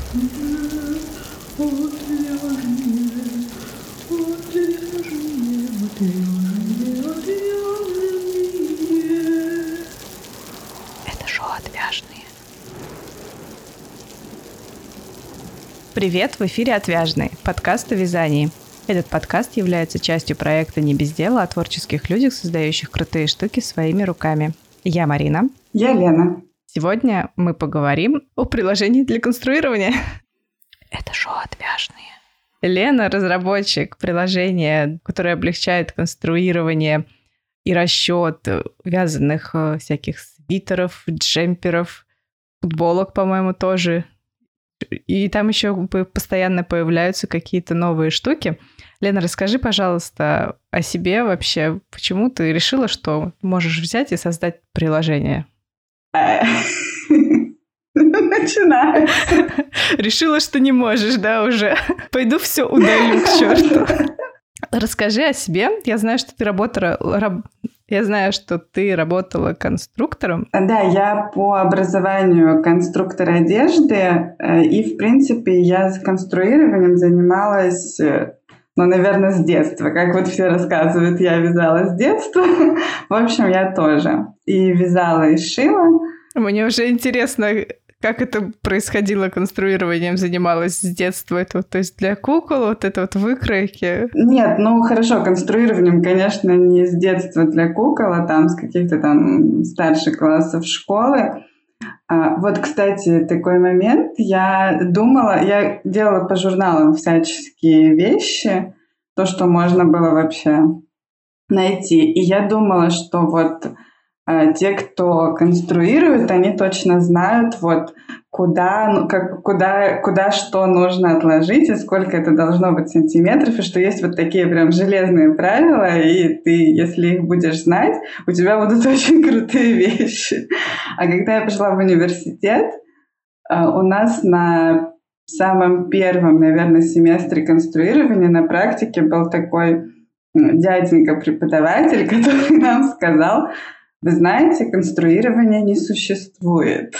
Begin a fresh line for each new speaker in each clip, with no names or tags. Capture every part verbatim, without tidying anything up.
Это шоу «Отвяжные». Привет, в эфире «Отвяжные», подкаст о вязании. Этот подкаст является частью проекта «Не без дела» о творческих людях, создающих крутые штуки своими руками. Я Марина.
Я Лена.
Сегодня мы поговорим о приложении для конструирования. Это шоу «Отвяжные». Лена — разработчик приложения, которое облегчает конструирование и расчет вязаных всяких свитеров, джемперов, футболок, по-моему, тоже. И там еще постоянно появляются какие-то новые штуки. Лена, расскажи, пожалуйста, о себе вообще. Почему ты решила, что можешь взять и создать приложение?
Начинается.
Решила, что не можешь, да, уже? Пойду все удалю к черту. Расскажи о себе. Я знаю, что ты работала... Раб... Я знаю, что ты работала конструктором.
Да, я по образованию конструктор одежды, и, в принципе, я с конструированием занималась, ну, наверное, с детства. Как вот все рассказывают, я вязала с детства. В общем, я тоже и вязала, и шила.
Мне уже интересно, как это происходило, конструированием занималась с детства? Это вот, то есть для кукол, вот это вот выкройки?
Нет, ну хорошо, конструированием, конечно, не с детства для кукол, а там с каких-то там старших классов школы. А, вот, кстати, такой момент. Я думала, я делала по журналам всяческие вещи, то, что можно было вообще найти. И я думала, что вот те, кто конструирует, они точно знают, вот куда, ну, как, куда, куда что нужно отложить и сколько это должно быть сантиметров, и что есть вот такие прям железные правила, и ты, если их будешь знать, у тебя будут очень крутые вещи. А когда я пошла в университет, у нас на самом первом, наверное, семестре конструирования на практике был такой дяденька-преподаватель, который нам сказал: вы знаете, конструирования не существует.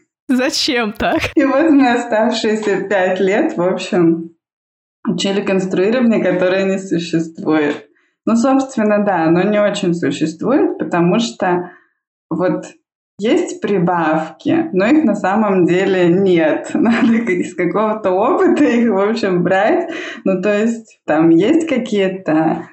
Зачем так?
И вот мы оставшиеся пять лет, в общем, учили конструирование, которое не существует. Ну, собственно, да, оно не очень существует, потому что вот есть прибавки, но их на самом деле нет. Надо из какого-то опыта их, в общем, брать. Ну, то есть там есть какие-то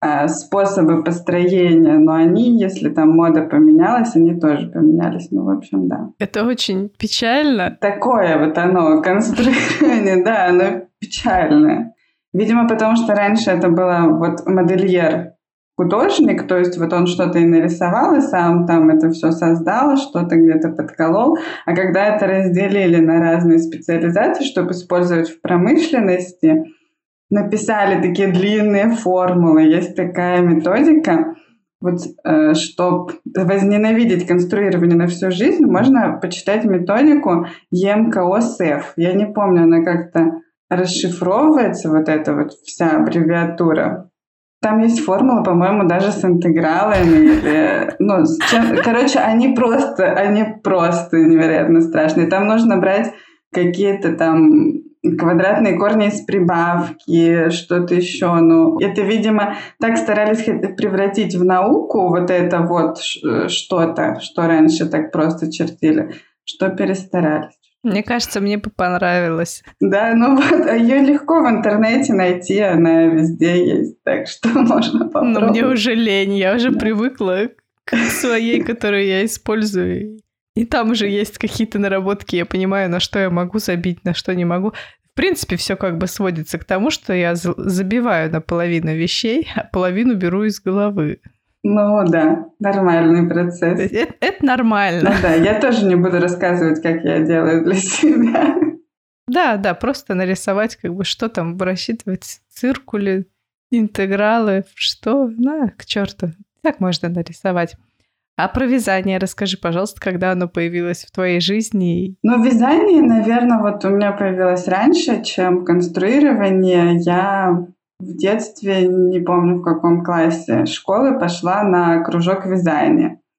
способы построения, но они, если там мода поменялась, они тоже поменялись. Ну, в общем, да.
Это очень печально.
Такое вот оно, конструирование, да, оно печальное. Видимо, потому что раньше это было вот модельер художник, то есть вот он что-то и нарисовал, и сам там это все создал, что-то где-то подколол. А когда это разделили на разные специализации, чтобы использовать в промышленности, написали такие длинные формулы. Есть такая методика. Вот, э, чтобы возненавидеть конструирование на всю жизнь, можно почитать методику Е М К О С Ф. Я не помню, она как-то расшифровывается, вот эта вот вся аббревиатура. Там есть формулы, по-моему, даже с интегралами. Или, ну, с чем... Короче, они просто, они просто невероятно страшные. Там нужно брать какие-то там квадратные корни из прибавки, что-то еще. Ну, это, видимо, так старались превратить в науку вот это вот что-то, что раньше так просто чертили, что перестарались.
Мне кажется, мне бы понравилось.
Да, ну вот, ее легко в интернете найти, она везде есть, так что можно попробовать.
Но мне уже лень, я уже да. привыкла к своей, которую я использую. И там уже есть какие-то наработки, я понимаю, на что я могу забить, на что не могу. В принципе, все как бы сводится к тому, что я забиваю на половину вещей, а половину беру из головы.
Ну да, нормальный процесс.
Это, это нормально.
Ну да, я тоже не буду рассказывать, как я делаю для себя.
Да, да, просто нарисовать, как бы, что там рассчитывать, циркули, интегралы, что, на, к черту. Так можно нарисовать. А про вязание расскажи, пожалуйста, когда оно появилось в твоей жизни?
Ну, вязание, наверное, вот у меня появилось раньше, чем конструирование. Я в детстве, не помню в каком классе школы, пошла на кружок вязания.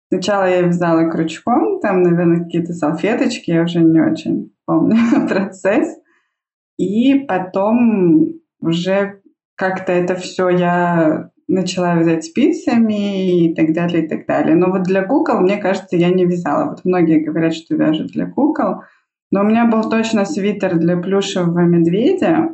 Сначала я вязала крючком, там, наверное, какие-то салфеточки, я уже не очень помню процесс. И потом уже как-то это все я начала вязать спицами и так далее, и так далее. Но вот для кукол, мне кажется, я не вязала. Вот многие говорят, что вяжут для кукол. Но у меня был точно свитер для плюшевого медведя,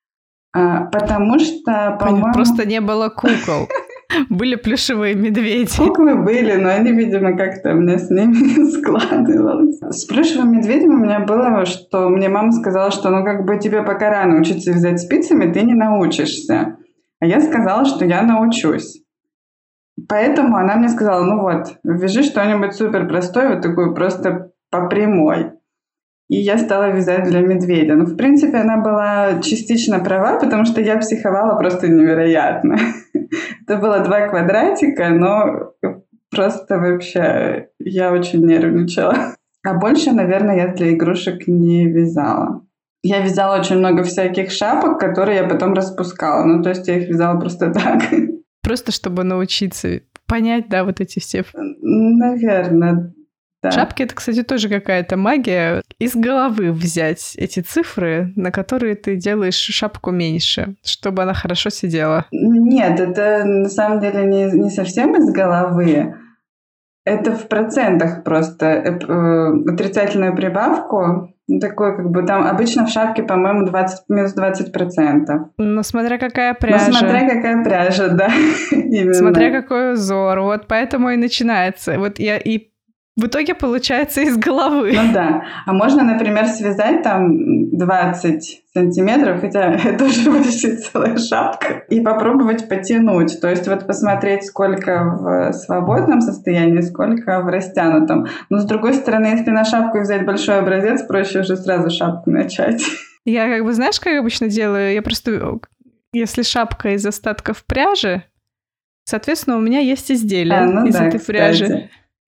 потому что, по-моему...
Просто не было кукол. Были плюшевые медведи.
Куклы были, но они, видимо, как-то у меня с ними складывалось. С плюшевым медведем у меня было, что мне мама сказала, что ну как бы тебе пока рано учиться вязать спицами, ты не научишься. А я сказала, что я научусь. Поэтому она мне сказала, ну вот, вяжи что-нибудь супер простое, вот такую просто по прямой. И я стала вязать для медведя. Ну, в принципе, она была частично права, потому что я психовала просто невероятно. Это было два квадратика, но просто вообще я очень нервничала. А больше, наверное, я для игрушек не вязала. Я вязала очень много всяких шапок, которые я потом распускала. Ну, то есть я их вязала просто так.
Просто чтобы научиться понять, да, вот эти все...
Наверное, да.
Шапки — это, кстати, тоже какая-то магия. Из головы взять эти цифры, на которые ты делаешь шапку меньше, чтобы она хорошо сидела.
Нет, это на самом деле не, не совсем из головы. Это в процентах просто. Э, э, отрицательную прибавку, ну, такой как бы там обычно в шапке, по-моему, двадцать, минус двадцать процентов.
Ну, смотря какая пряжа.
Ну, смотря какая пряжа, да. Именно.
Смотря какой узор. Вот поэтому и начинается. Вот я и в итоге получается из головы.
Ну да. А можно, например, связать там двадцать сантиметров, хотя это уже почти целая шапка, и попробовать потянуть. То есть вот посмотреть, сколько в свободном состоянии, сколько в растянутом. Но с другой стороны, если на шапку взять большой образец, проще уже сразу шапку начать.
Я как бы, знаешь, как обычно делаю? Я просто, если шапка из остатков пряжи, соответственно, у меня есть изделие
а, ну
из
да,
этой
кстати.
пряжи.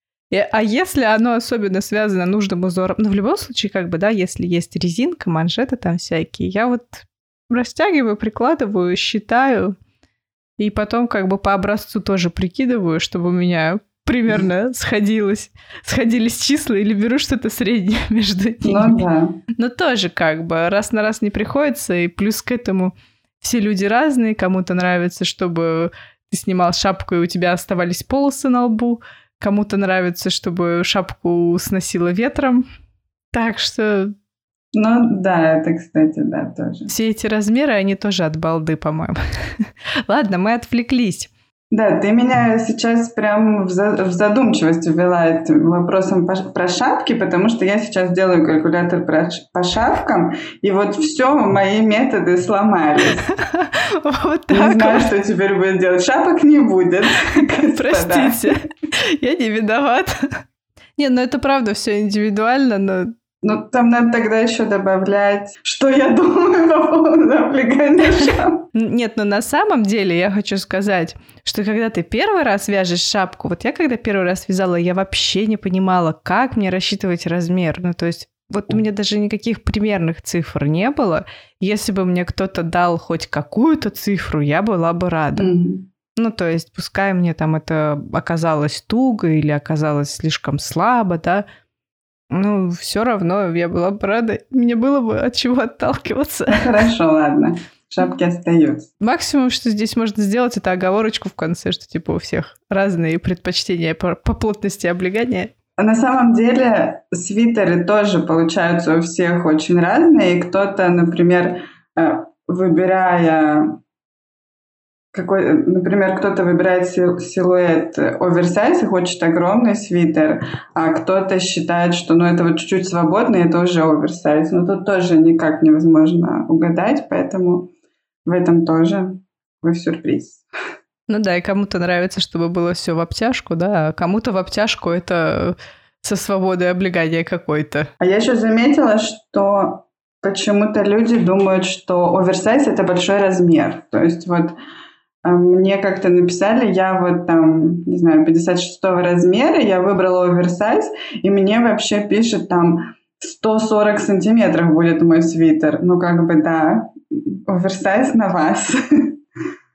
А если оно особенно связано нужным узором, ну, в любом случае, как бы, да, если есть резинка, манжеты там всякие, я вот растягиваю, прикладываю, считаю, и потом как бы по образцу тоже прикидываю, чтобы у меня примерно сходилось, сходились числа, или беру что-то среднее между ними.
Ну да.
Но тоже как бы раз на раз не приходится, и плюс к этому все люди разные, кому-то нравится, чтобы ты снимал шапку, и у тебя оставались полосы на лбу, кому-то нравится, чтобы шапку сносило ветром. Так что...
Ну да, это, кстати, да, тоже.
Все эти размеры, они тоже от балды, по-моему. Ладно, мы отвлеклись.
Да, ты меня сейчас прям в задумчивость ввела этим вопросом про шапки, потому что я сейчас делаю калькулятор по шапкам, и вот все, мои методы сломались.
Вот так.
Не знаю, что теперь будет делать. Шапок не будет.
Простите, я не виновата. Не, ну это правда все индивидуально, но...
Ну, там надо тогда еще добавлять, что я думаю по поводу облегания шапки.
Нет, но на самом деле я хочу сказать, что когда ты первый раз вяжешь шапку, вот я когда первый раз вязала, я вообще не понимала, как мне рассчитывать размер. Ну, то есть вот у меня даже никаких примерных цифр не было. Если бы мне кто-то дал хоть какую-то цифру, я была бы рада. Mm-hmm. Ну, то есть пускай мне там это оказалось туго или оказалось слишком слабо, да, ну, все равно я была бы рада. Мне было бы от чего отталкиваться.
Ну, хорошо, ладно. Шапки остаются.
Максимум, что здесь можно сделать, это оговорочку в конце, что типа у всех разные предпочтения по, по плотности облегания.
На самом деле свитеры тоже получаются у всех очень разные. И кто-то, например, выбирая... Какой, например, кто-то выбирает силуэт оверсайз и хочет огромный свитер, а кто-то считает, что ну, это вот чуть-чуть свободно, и это уже оверсайз. Но тут тоже никак невозможно угадать, поэтому в этом тоже вы сюрприз.
Ну да, и кому-то нравится, чтобы было все в обтяжку, да, а кому-то в обтяжку это со свободой облегания какой-то.
А я еще заметила, что почему-то люди думают, что оверсайз — это большой размер. То есть вот мне как-то написали, я вот там, не знаю, пятьдесят шестого размера, я выбрала оверсайз, и мне вообще пишет там сто сорок сантиметров будет мой свитер. Ну, как бы, да, оверсайз на вас.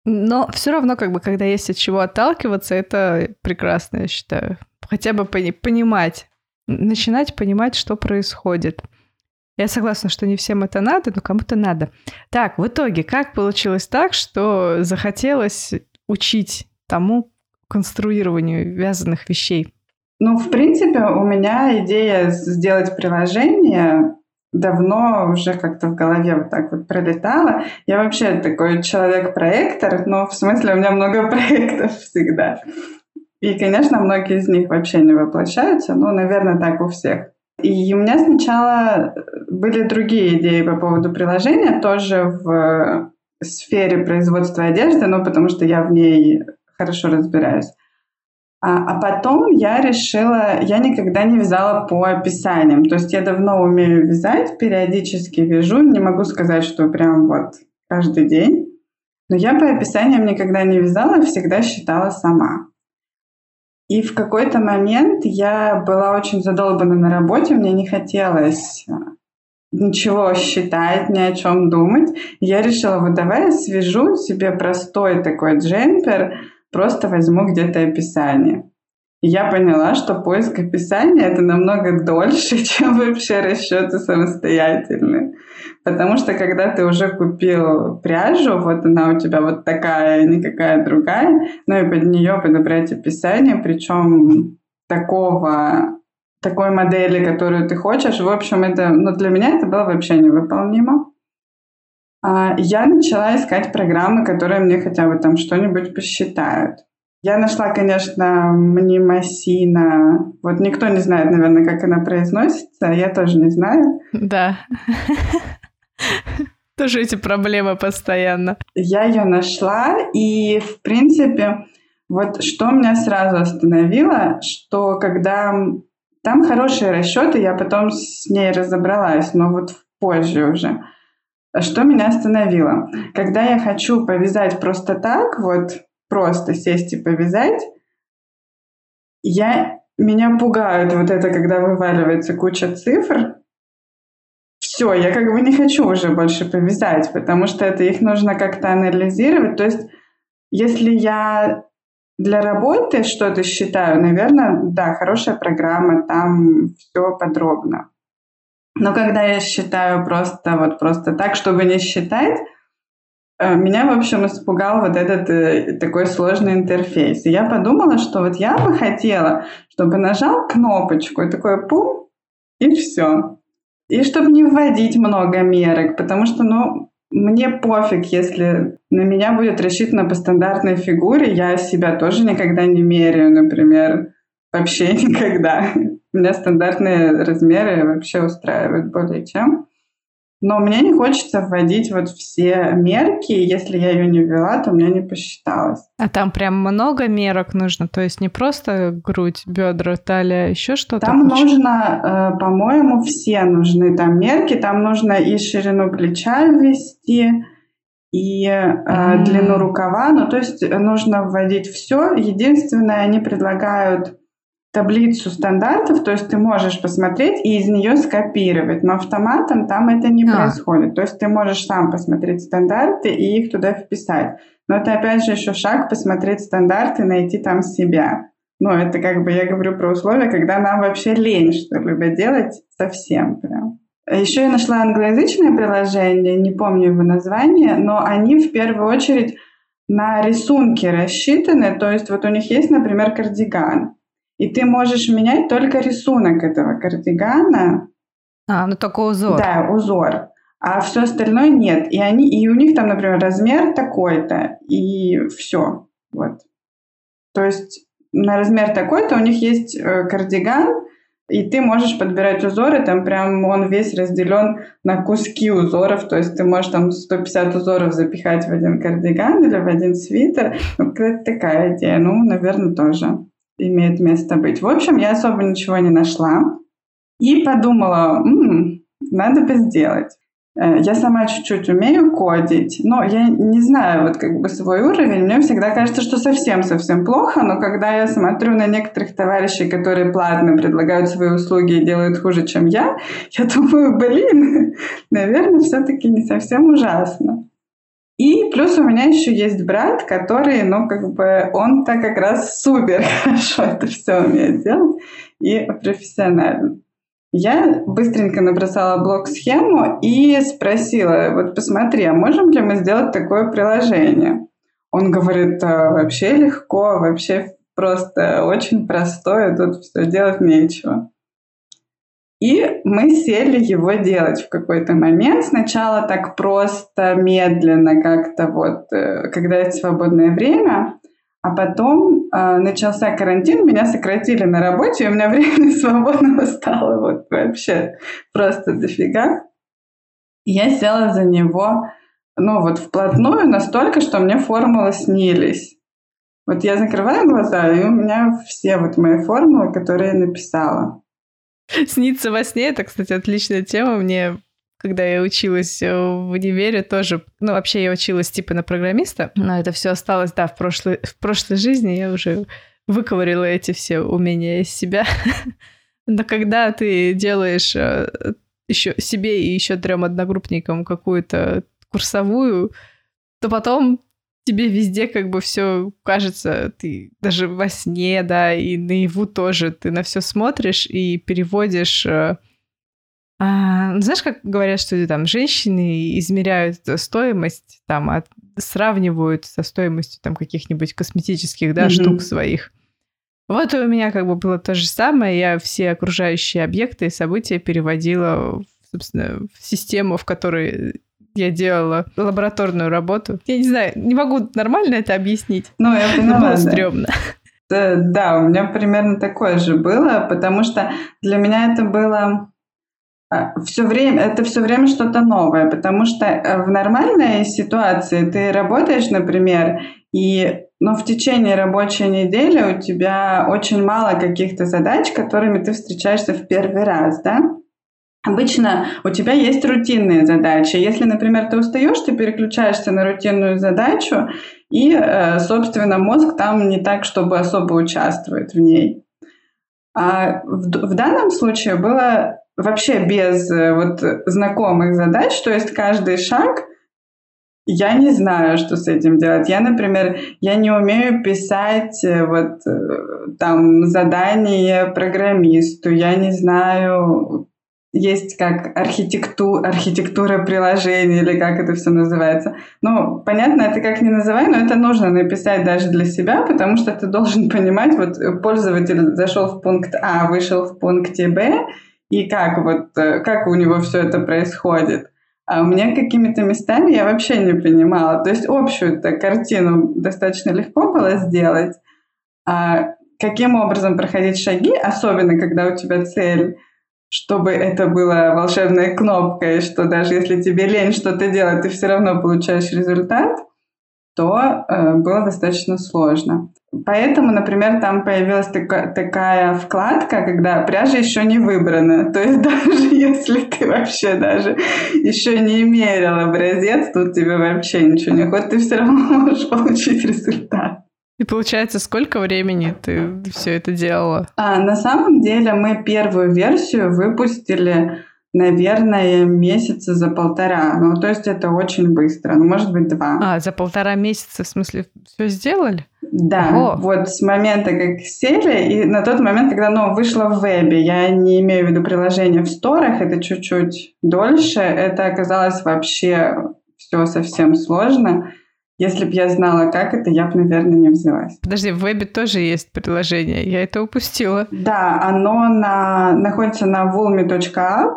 Но все равно, как бы, когда есть от чего отталкиваться, это прекрасно, я считаю. Хотя бы пони- понимать, начинать понимать, что происходит. Я согласна, что не всем это надо, но кому-то надо. Так, в итоге, как получилось так, что захотелось учить тому конструированию вязаных вещей?
Ну, в принципе, у меня идея сделать приложение давно уже как-то в голове вот так вот пролетала. Я вообще такой человек-проектор, но в смысле у меня много проектов всегда. И, конечно, многие из них вообще не воплощаются, но, наверное, так у всех. И у меня сначала были другие идеи по поводу приложения, тоже в сфере производства одежды, ну, потому что я в ней хорошо разбираюсь. А, а потом я решила, я никогда не вязала по описаниям. То есть я давно умею вязать, периодически вяжу. Не могу сказать, что прям вот каждый день. Но я по описаниям никогда не вязала, всегда считала сама. И в какой-то момент я была очень задолбана на работе, мне не хотелось ничего считать, ни о чем думать. И я решила, вот давай я свяжу себе простой такой джемпер, просто возьму где-то описание. И я поняла, что поиск описания — это намного дольше, чем вообще расчеты самостоятельные. Потому что когда ты уже купил пряжу, вот она у тебя вот такая, никакая другая, ну и под нее подобрать описание, причем такого, такой модели, которую ты хочешь. В общем, это, ну, для меня это было вообще невыполнимо. Я начала искать программы, которые мне хотя бы там что-нибудь посчитают. Я нашла, конечно, Мнемосина. Вот никто не знает, наверное, как она произносится. Я тоже не знаю.
Да. Тоже эти проблемы постоянно.
Я ее нашла, и, в принципе, вот что меня сразу остановило, что когда... Там хорошие расчеты, я потом с ней разобралась, но вот позже уже. Что меня остановило? Когда я хочу повязать просто так, вот просто сесть и повязать, я, меня пугает вот это, когда вываливается куча цифр. Все, я как бы не хочу уже больше повязать, потому что это их нужно как-то анализировать. То есть, если я для работы что-то считаю, наверное, да, хорошая программа, там все подробно. Но когда я считаю просто вот просто так, чтобы не считать, меня, в общем, испугал вот этот э, такой сложный интерфейс. И я подумала, что вот я бы хотела, чтобы нажал кнопочку, и такой пум, и все. И чтобы не вводить много мерок, потому что, ну, мне пофиг, если на меня будет рассчитано по стандартной фигуре, я себя тоже никогда не меряю, например, вообще никогда. Меня стандартные размеры вообще устраивают более чем. Но мне не хочется вводить вот все мерки. Если я ее не ввела, то у меня не посчиталось.
А там прям много мерок нужно? То есть не просто грудь, бедра, талия, еще что-то?
Там нужно, э, по-моему, все нужны там мерки. Там нужно и ширину плеча ввести, и э, mm. длину рукава. Ну, то есть нужно вводить все. Единственное, они предлагают таблицу стандартов, то есть ты можешь посмотреть и из нее скопировать, но автоматом там это не а. происходит. То есть ты можешь сам посмотреть стандарты и их туда вписать. Но это опять же еще шаг посмотреть стандарты, найти там себя. Ну, это как бы я говорю про условия, когда нам вообще лень что-либо делать совсем прям. Еще я нашла англоязычное приложение, не помню его название, но они в первую очередь на рисунки рассчитаны. То есть вот у них есть, например, кардиган. И ты можешь менять только рисунок этого кардигана.
А, ну только узор.
Да, узор. А все остальное нет. И, они, и у них там, например, размер такой-то, и все. Вот. То есть на размер такой-то у них есть э, кардиган, и ты можешь подбирать узоры, там прям он весь разделен на куски узоров, то есть ты можешь там сто пятьдесят узоров запихать в один кардиган или в один свитер. Ну, какая-то такая идея. Ну, наверное, тоже имеет место быть. В общем, я особо ничего не нашла и подумала, м-м, надо бы сделать. Я сама чуть-чуть умею кодить, но я не знаю вот как бы свой уровень. Мне всегда кажется, что совсем-совсем плохо, но когда я смотрю на некоторых товарищей, которые платно предлагают свои услуги и делают хуже, чем я, я думаю, блин, наверное, все-таки не совсем ужасно. И плюс у меня еще есть брат, который, ну, как бы, он-то как раз супер хорошо это все умеет делать и профессионально. Я быстренько набросала блок-схему и спросила, вот посмотри, а можем ли мы сделать такое приложение? Он говорит, а, вообще легко, вообще просто очень простое, тут все делать нечего. И мы сели его делать в какой-то момент. Сначала так просто, медленно, как-то вот, когда есть свободное время. А потом э, начался карантин, меня сократили на работе, и у меня времени свободного стало вот вообще просто дофига. И я села за него, ну вот вплотную настолько, что мне формулы снились. Вот я закрываю глаза, и у меня все вот мои формулы, которые я написала.
Снится во сне — это, кстати, отличная тема. Мне, когда я училась в универе, тоже... Ну, вообще я училась типа на программиста, но это все осталось, да, в прошлой, в прошлой жизни. Я уже выковырила эти все умения из себя. Но когда ты делаешь еще себе и еще трем одногруппникам какую-то курсовую, то потом тебе везде как бы все кажется, ты даже во сне, да, и наяву тоже, ты на все смотришь и переводишь. А, знаешь, как говорят, что там женщины измеряют стоимость, там, от, сравнивают со стоимостью там каких-нибудь косметических, да, mm-hmm. штук своих. Вот и у меня как бы было то же самое. Я все окружающие объекты и события переводила, собственно, в систему, в которой я делала лабораторную работу. Я не знаю, не могу нормально это объяснить.
Ну, я поняла,
было
да.
стрёмно.
Да, да, у меня примерно такое же было, потому что для меня это было все время, это все время что-то новое, потому что в нормальной ситуации ты работаешь, например, и ну, в течение рабочей недели у тебя очень мало каких-то задач, которыми ты встречаешься в первый раз, да? Обычно у тебя есть рутинные задачи. Если, например, ты устаешь, ты переключаешься на рутинную задачу, и, собственно, мозг там не так, чтобы особо участвует в ней. А в, в данном случае было вообще без вот знакомых задач, то есть каждый шаг, я не знаю, что с этим делать. Я, например, я не умею писать вот там задание программисту, я не знаю... Есть как архитектура, архитектура приложения, или как это все называется. Ну, понятно, это как ни называй, но это нужно написать даже для себя, потому что ты должен понимать, вот пользователь зашел в пункт А, вышел в пункте Б, и как вот, как у него все это происходит. А у меня какими-то местами я вообще не понимала. То есть общую-то картину достаточно легко было сделать. А каким образом проходить шаги, особенно когда у тебя цель, чтобы это была волшебная кнопка, и что даже если тебе лень что-то делать, ты все равно получаешь результат, то э, было достаточно сложно. Поэтому, например, там появилась така- такая вкладка, когда пряжа еще не выбрана. То есть даже если ты вообще даже еще не мерил образец, тут тебе вообще ничего не ходит, ты все равно можешь получить результат.
И получается, сколько времени ты все это делала?
А, на самом деле мы первую версию выпустили, наверное, месяца за полтора. Ну, то есть это очень быстро, ну, может быть, два.
А, за полтора месяца, в смысле, все сделали?
Да,
Ого.
Вот с момента, как сели, и на тот момент, когда оно вышло в вебе, я не имею в виду приложение в сторах, это чуть-чуть дольше, это оказалось вообще все совсем сложно. Если бы я знала, как это, я бы, наверное, не взялась.
Подожди, в вебе тоже есть приложение, я это упустила.
Да, оно на, находится на vulmi точка app,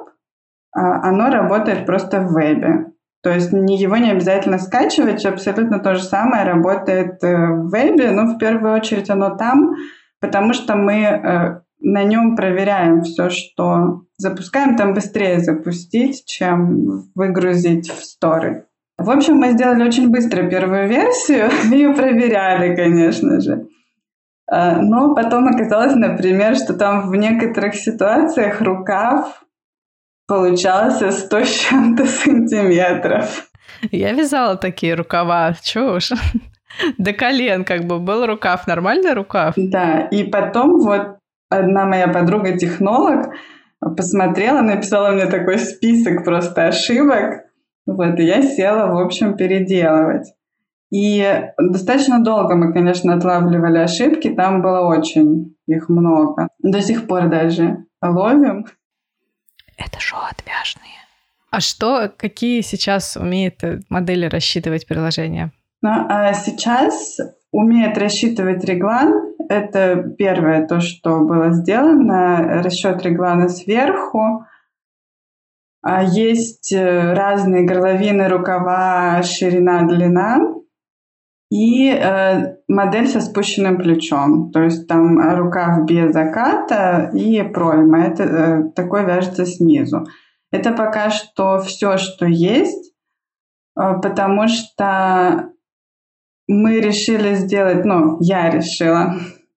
оно работает просто в вебе. То есть его не обязательно скачивать, абсолютно то же самое работает в вебе, но в первую очередь оно там, потому что мы на нем проверяем все, что запускаем, там быстрее запустить, чем выгрузить в сторы. В общем, мы сделали очень быстро первую версию, ее проверяли, конечно же. Но потом оказалось, например, что там в некоторых ситуациях рукав получался сто с чем-то сантиметров.
Я вязала такие рукава, чего уж. До колен как бы был рукав, нормальный рукав.
Да, и потом вот одна моя подруга-технолог посмотрела, написала мне такой список просто ошибок, Вот, и я села, в общем, переделывать. И достаточно долго мы, конечно, отлавливали ошибки, там было очень их много. До сих пор даже ловим.
Это шоу отвяжные. А что, какие сейчас умеет модели рассчитывать приложение?
Ну, а сейчас умеет рассчитывать реглан. Это первое, то, что было сделано. Расчет реглана сверху. Есть разные горловины, рукава, ширина, длина. И э, модель со спущенным плечом. То есть там рукав без заката и пройма. Это э, такой вяжется снизу. Это пока что все, что есть, э, потому что мы решили сделать, ну, я решила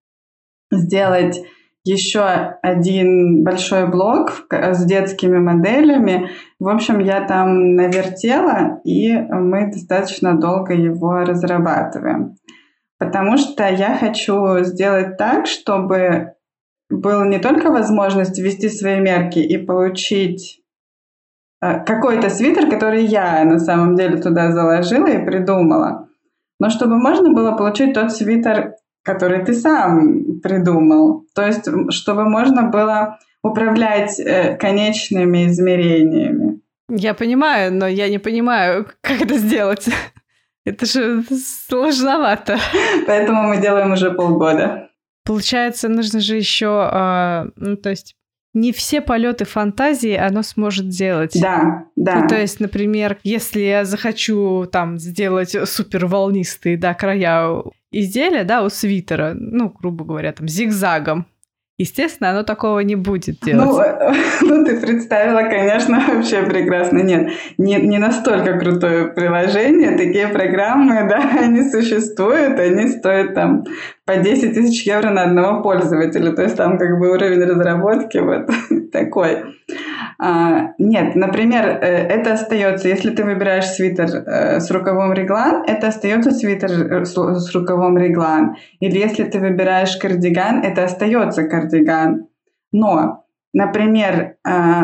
сделать еще один большой блок с детскими моделями. В общем, я там навертела, и мы достаточно долго его разрабатываем. Потому что я хочу сделать так, чтобы была не только возможность ввести свои мерки и получить какой-то свитер, который я на самом деле туда заложила и придумала, но чтобы можно было получить тот свитер, который ты сам придумал. То есть, чтобы можно было управлять э, конечными измерениями.
Я понимаю, но я не понимаю, как это сделать. Это же сложновато.
Поэтому мы делаем уже полгода.
Получается, нужно же еще, э, ну, то есть, не все полеты фантазии оно сможет делать.
Да, да.
Ну, то есть, например, если я захочу там сделать супер волнистые, да, края изделия, да, у свитера, ну, грубо говоря, там, зигзагом, естественно, оно такого не будет делать.
Ну, ну ты представила, конечно, вообще прекрасно. Нет, не, не настолько крутое приложение. Такие программы, да, они существуют, они стоят там по десять тысяч евро на одного пользователя. То есть там как бы уровень разработки вот такой. А, нет, например, это остается, если ты выбираешь свитер с рукавом реглан, это остается свитер с рукавом реглан. Или если ты выбираешь кардиган, это остается кардиган. Но, например,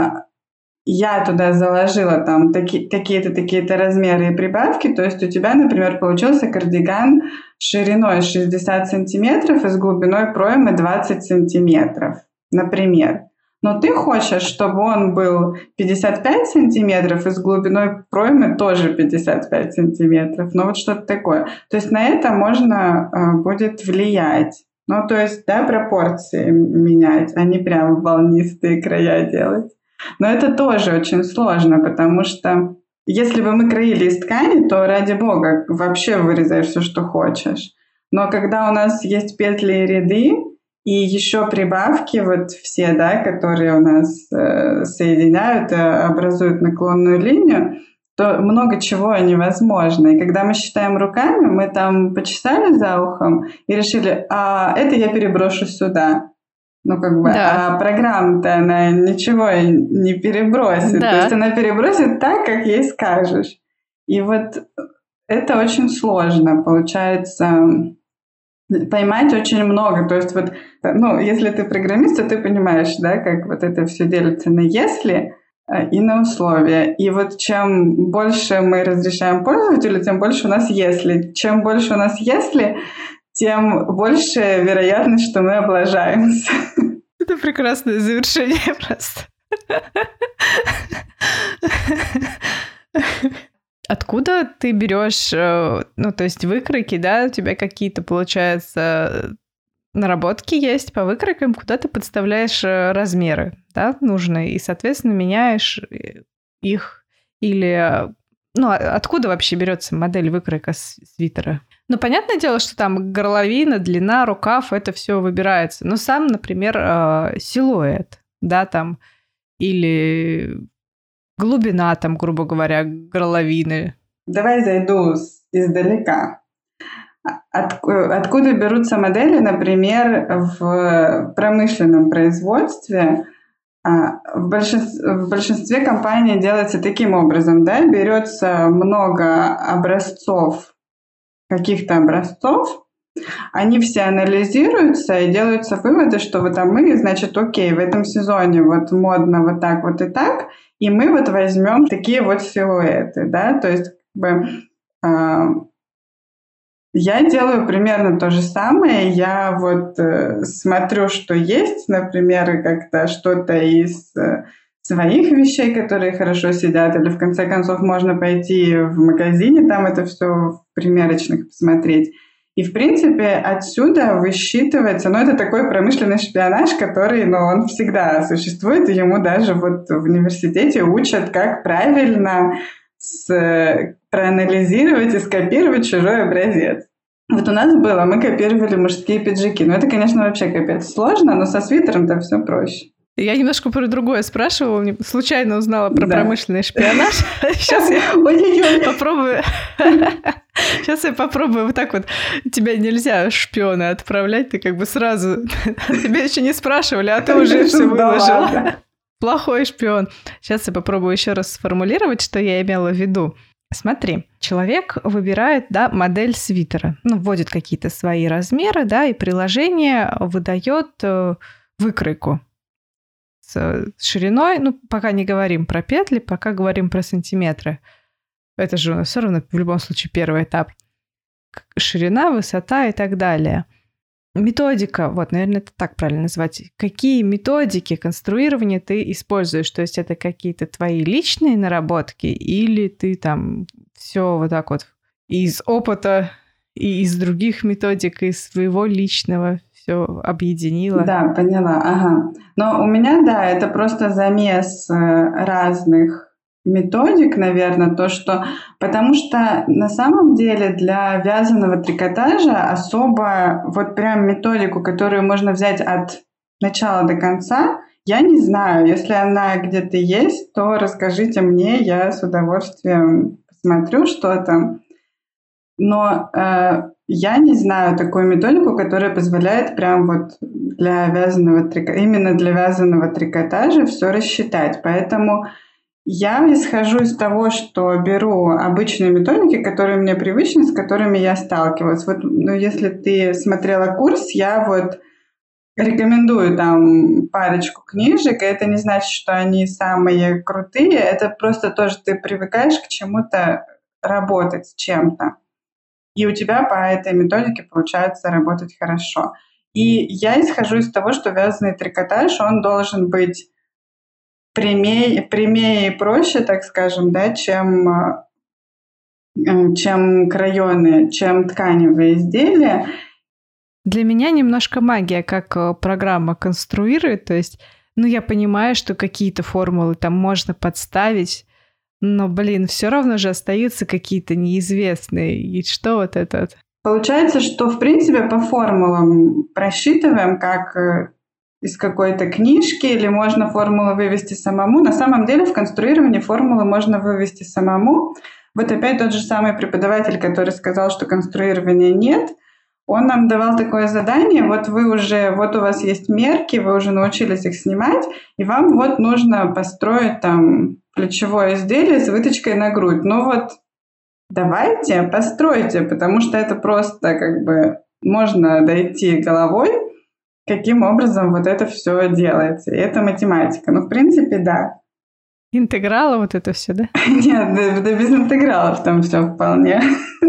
я туда заложила там таки, такие-то, такие-то размеры и прибавки, то есть у тебя, например, получился кардиган шириной шестьдесят сантиметров и с глубиной проймы двадцать сантиметров, например. Но ты хочешь, чтобы он был пятьдесят пять сантиметров и с глубиной проймы тоже пятьдесят пять сантиметров. Ну вот что-то такое. То есть на это можно э, будет влиять. Ну то есть, да, пропорции менять, а не прям волнистые края делать. Но это тоже очень сложно, потому что если бы мы краили из ткани, то ради бога вообще вырезай все, что хочешь. Но когда у нас есть петли и ряды, и еще прибавки, вот все, да, которые у нас э, соединяют, э, образуют наклонную линию, то много чего невозможно. И когда мы считаем руками, мы там почесали за ухом и решили, а это я переброшу сюда. Ну, как бы, да. А программа-то она ничего не перебросит. Да. То есть она перебросит так, как ей скажешь. И вот это очень сложно, получается, поймать очень много. То есть вот, ну, если ты программист, то ты понимаешь, да, как вот это все делится на «если» и на условия. И вот чем больше мы разрешаем пользователю, тем больше у нас «если». Чем больше у нас «если», тем больше вероятность, что мы облажаемся.
Это прекрасное завершение просто. Откуда ты берешь, ну, то есть выкройки, да, у тебя какие-то, получается, наработки есть по выкройкам, куда ты подставляешь размеры, да, нужные, и, соответственно, меняешь их или... Ну, откуда вообще берется модель выкройка свитера? Ну, понятное дело, что там горловина, длина, рукав, это все выбирается. Но сам, например, силуэт, да, там, или глубина, там, грубо говоря, горловины.
Давай зайду издалека. От, откуда берутся модели, например, в промышленном производстве? В большинстве, в большинстве компаний делается таким образом, да, берется много образцов, каких-то образцов, они все анализируются и делаются выводы, что вот а мы, значит, окей, в этом сезоне вот модно вот так вот и так, И мы вот возьмем такие вот силуэты, да, то есть как бы, э, я делаю примерно то же самое. Я вот э, смотрю, что есть, например, как-то что-то из э, своих вещей, которые хорошо сидят, или в конце концов можно пойти в магазине, там это все в примерочных посмотреть. И, в принципе, отсюда высчитывается, ну, это такой промышленный шпионаж, который, ну, он всегда существует, и ему даже вот в университете учат, как правильно с, проанализировать и скопировать чужой образец. Вот у нас было, мы копировали мужские пиджаки. Ну, это, конечно, вообще капец сложно, но со свитером-то все проще.
Я немножко про другое спрашивала, случайно узнала про да. промышленный шпионаж. Сейчас я попробую... Сейчас я попробую вот так вот. Тебя нельзя шпиона отправлять, ты как бы сразу... Тебя еще не спрашивали, а ты уже все выложила. Плохой шпион. Сейчас я попробую еще раз сформулировать, что я имела в виду. Смотри, человек выбирает, да, модель свитера, ну, вводит какие-то свои размеры, да, и приложение выдает э, выкройку с шириной, ну, пока не говорим про петли, пока говорим про сантиметры. Это же у нас все равно в любом случае первый этап. Ширина, высота и так далее. Методика, вот, наверное, это так правильно назвать. Какие методики конструирования ты используешь? То есть это какие-то твои личные наработки или ты там все вот так вот из опыта и из других методик, из своего личного все объединила?
Да, поняла, ага. Но у меня, да, это просто замес разных методик, наверное, то, что... Потому что на самом деле для вязаного трикотажа особо вот прям методику, которую можно взять от начала до конца, я не знаю. Если она где-то есть, то расскажите мне, я с удовольствием посмотрю, что там. Но э, я не знаю такую методику, которая позволяет прям вот для вязаного трикотажа, именно для вязаного трикотажа все рассчитать. Поэтому я исхожу из того, что беру обычные методики, которые мне привычны, с которыми я сталкивалась. Вот, ну, если ты смотрела курс, я вот рекомендую там парочку книжек, и это не значит, что они самые крутые, это просто тоже ты привыкаешь к чему-то работать с чем-то. И у тебя по этой методике получается работать хорошо. И я исхожу из того, что вязаный трикотаж, он должен быть прямее, прямее и проще, так скажем, да, чем, чем краёные, чем тканевые изделия.
Для меня немножко магия, как программа конструирует. То есть, ну, я понимаю, что какие-то формулы там можно подставить, но, блин, все равно же остаются какие-то неизвестные. И что вот это?
Получается, что, в принципе, по формулам просчитываем, как из какой-то книжки, или можно формулы вывести самому. На самом деле в конструировании формулы можно вывести самому. Вот опять тот же самый преподаватель, который сказал, что конструирования нет, он нам давал такое задание, вот вы уже, вот у вас есть мерки, вы уже научились их снимать, и вам вот нужно построить там плечевое изделие с выточкой на грудь. Ну вот давайте, постройте, потому что это просто как бы можно дойти головой, каким образом вот это все делается. И это математика. Ну, в принципе, да.
Интегралы вот это все, да?
Нет, да, да без интегралов там все вполне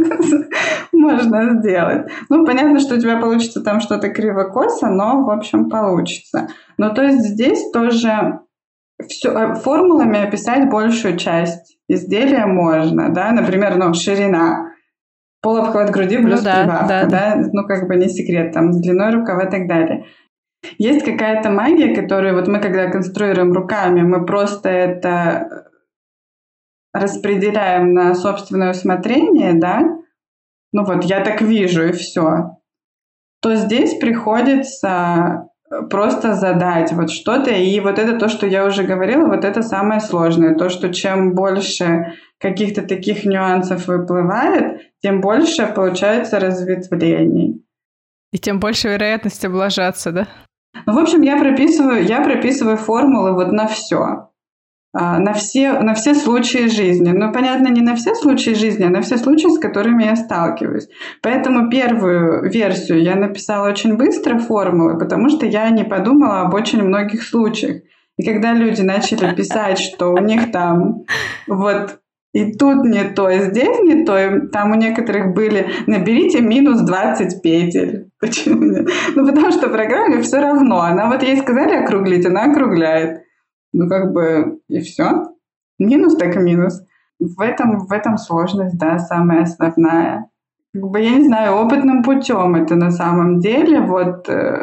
можно сделать. Ну, понятно, что у тебя получится там что-то криво-косо, но, в общем, получится. Но то есть здесь тоже все, формулами описать большую часть изделия можно, да? Например, ну, ширина. Полуобхват груди плюс ну, да, прибавка, да, да. да? Ну, как бы не секрет, там, с длиной рукава и так далее. Есть какая-то магия, которую вот мы, когда конструируем руками, мы просто это распределяем на собственное усмотрение, да? Ну вот, я так вижу, и все. То здесь приходится просто задать вот что-то, и вот это то, что я уже говорила, вот это самое сложное. То, что чем больше каких-то таких нюансов выплывает, тем больше получается разветвлений.
И тем больше вероятность облажаться, да?
Ну, в общем, я прописываю, я прописываю формулы вот на все. На все, на все случаи жизни. Ну, понятно, не на все случаи жизни, а на все случаи, с которыми я сталкиваюсь. Поэтому первую версию я написала очень быстро, формулы, потому что я не подумала об очень многих случаях. И когда люди начали писать, что у них там вот и тут не то, и здесь не то, и там у некоторых были «наберите минус двадцать петель». Почему? Ну, потому что программе все равно. Она вот ей сказали округлить, она округляет. Ну, как бы, и все. Минус так минус. В этом, в этом сложность, да, самая основная. Как бы, я не знаю, опытным путем это на самом деле. Вот э,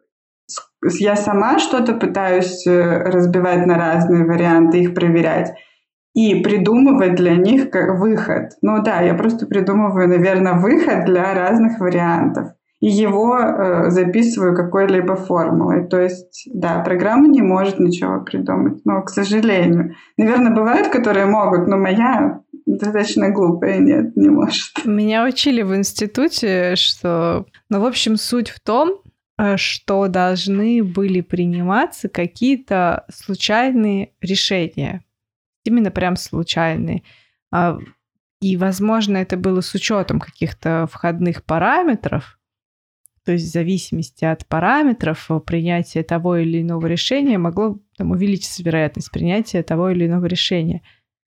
я сама что-то пытаюсь разбивать на разные варианты, их проверять. И придумывать для них как выход. Ну да, я просто придумываю, наверное, выход для разных вариантов. И его э, записываю какой-либо формулой. То есть, да, программа не может ничего придумать. Но, к сожалению. Наверное, бывают, которые могут, но моя достаточно глупая, нет, не может.
Меня учили в институте, что... Ну, в общем, суть в том, что должны были приниматься какие-то случайные решения. Именно прям случайные. И, возможно, это было с учетом каких-то входных параметров, то есть в зависимости от параметров принятия того или иного решения могло там, увеличиться вероятность принятия того или иного решения.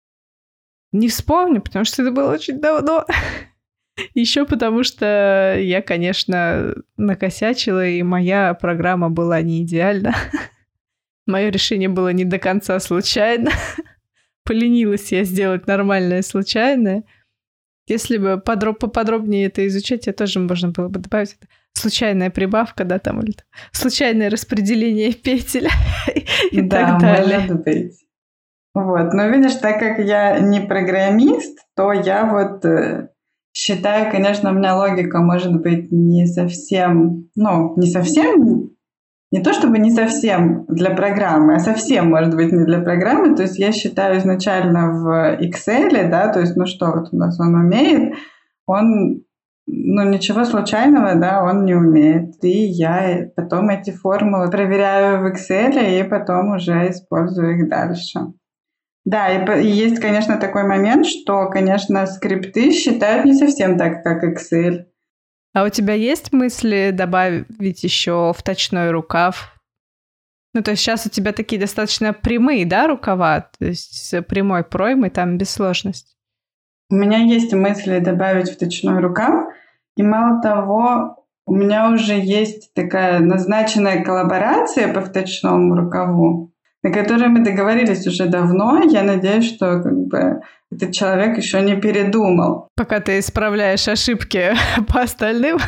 Не вспомню, потому что это было очень давно. Еще потому что я, конечно, накосячила, и моя программа была не идеальна. Мое решение было не до конца случайно. Поленилась я сделать нормальное случайное. Если бы подроб- поподробнее это изучать, я тоже можно было бы добавить это. Случайная прибавка, да, там, или случайное распределение петель и
да,
так далее.
Может быть. Вот. Но видишь, так как я не программист, то я вот э, считаю, конечно, у меня логика может быть не совсем, ну, не совсем Не то чтобы не совсем для программы, а совсем, может быть, не для программы. То есть я считаю изначально в Excel, да, то есть, ну что вот у нас он умеет, он, ну ничего случайного, да, он не умеет. И я потом эти формулы проверяю в Excel и потом уже использую их дальше. Да, и, и есть, конечно, такой момент, что, конечно, скрипты считают не совсем так, как Excel.
А у тебя есть мысли добавить еще вточной рукав? Ну, то есть сейчас у тебя такие достаточно прямые, да, рукава? То есть с прямой проймой там без сложности.
У меня есть мысли добавить вточной рукав. И мало того, у меня уже есть такая назначенная коллаборация по вточному рукаву, на которой мы договорились уже давно. Я надеюсь, что как бы этот человек еще не передумал.
Пока ты исправляешь ошибки по остальным?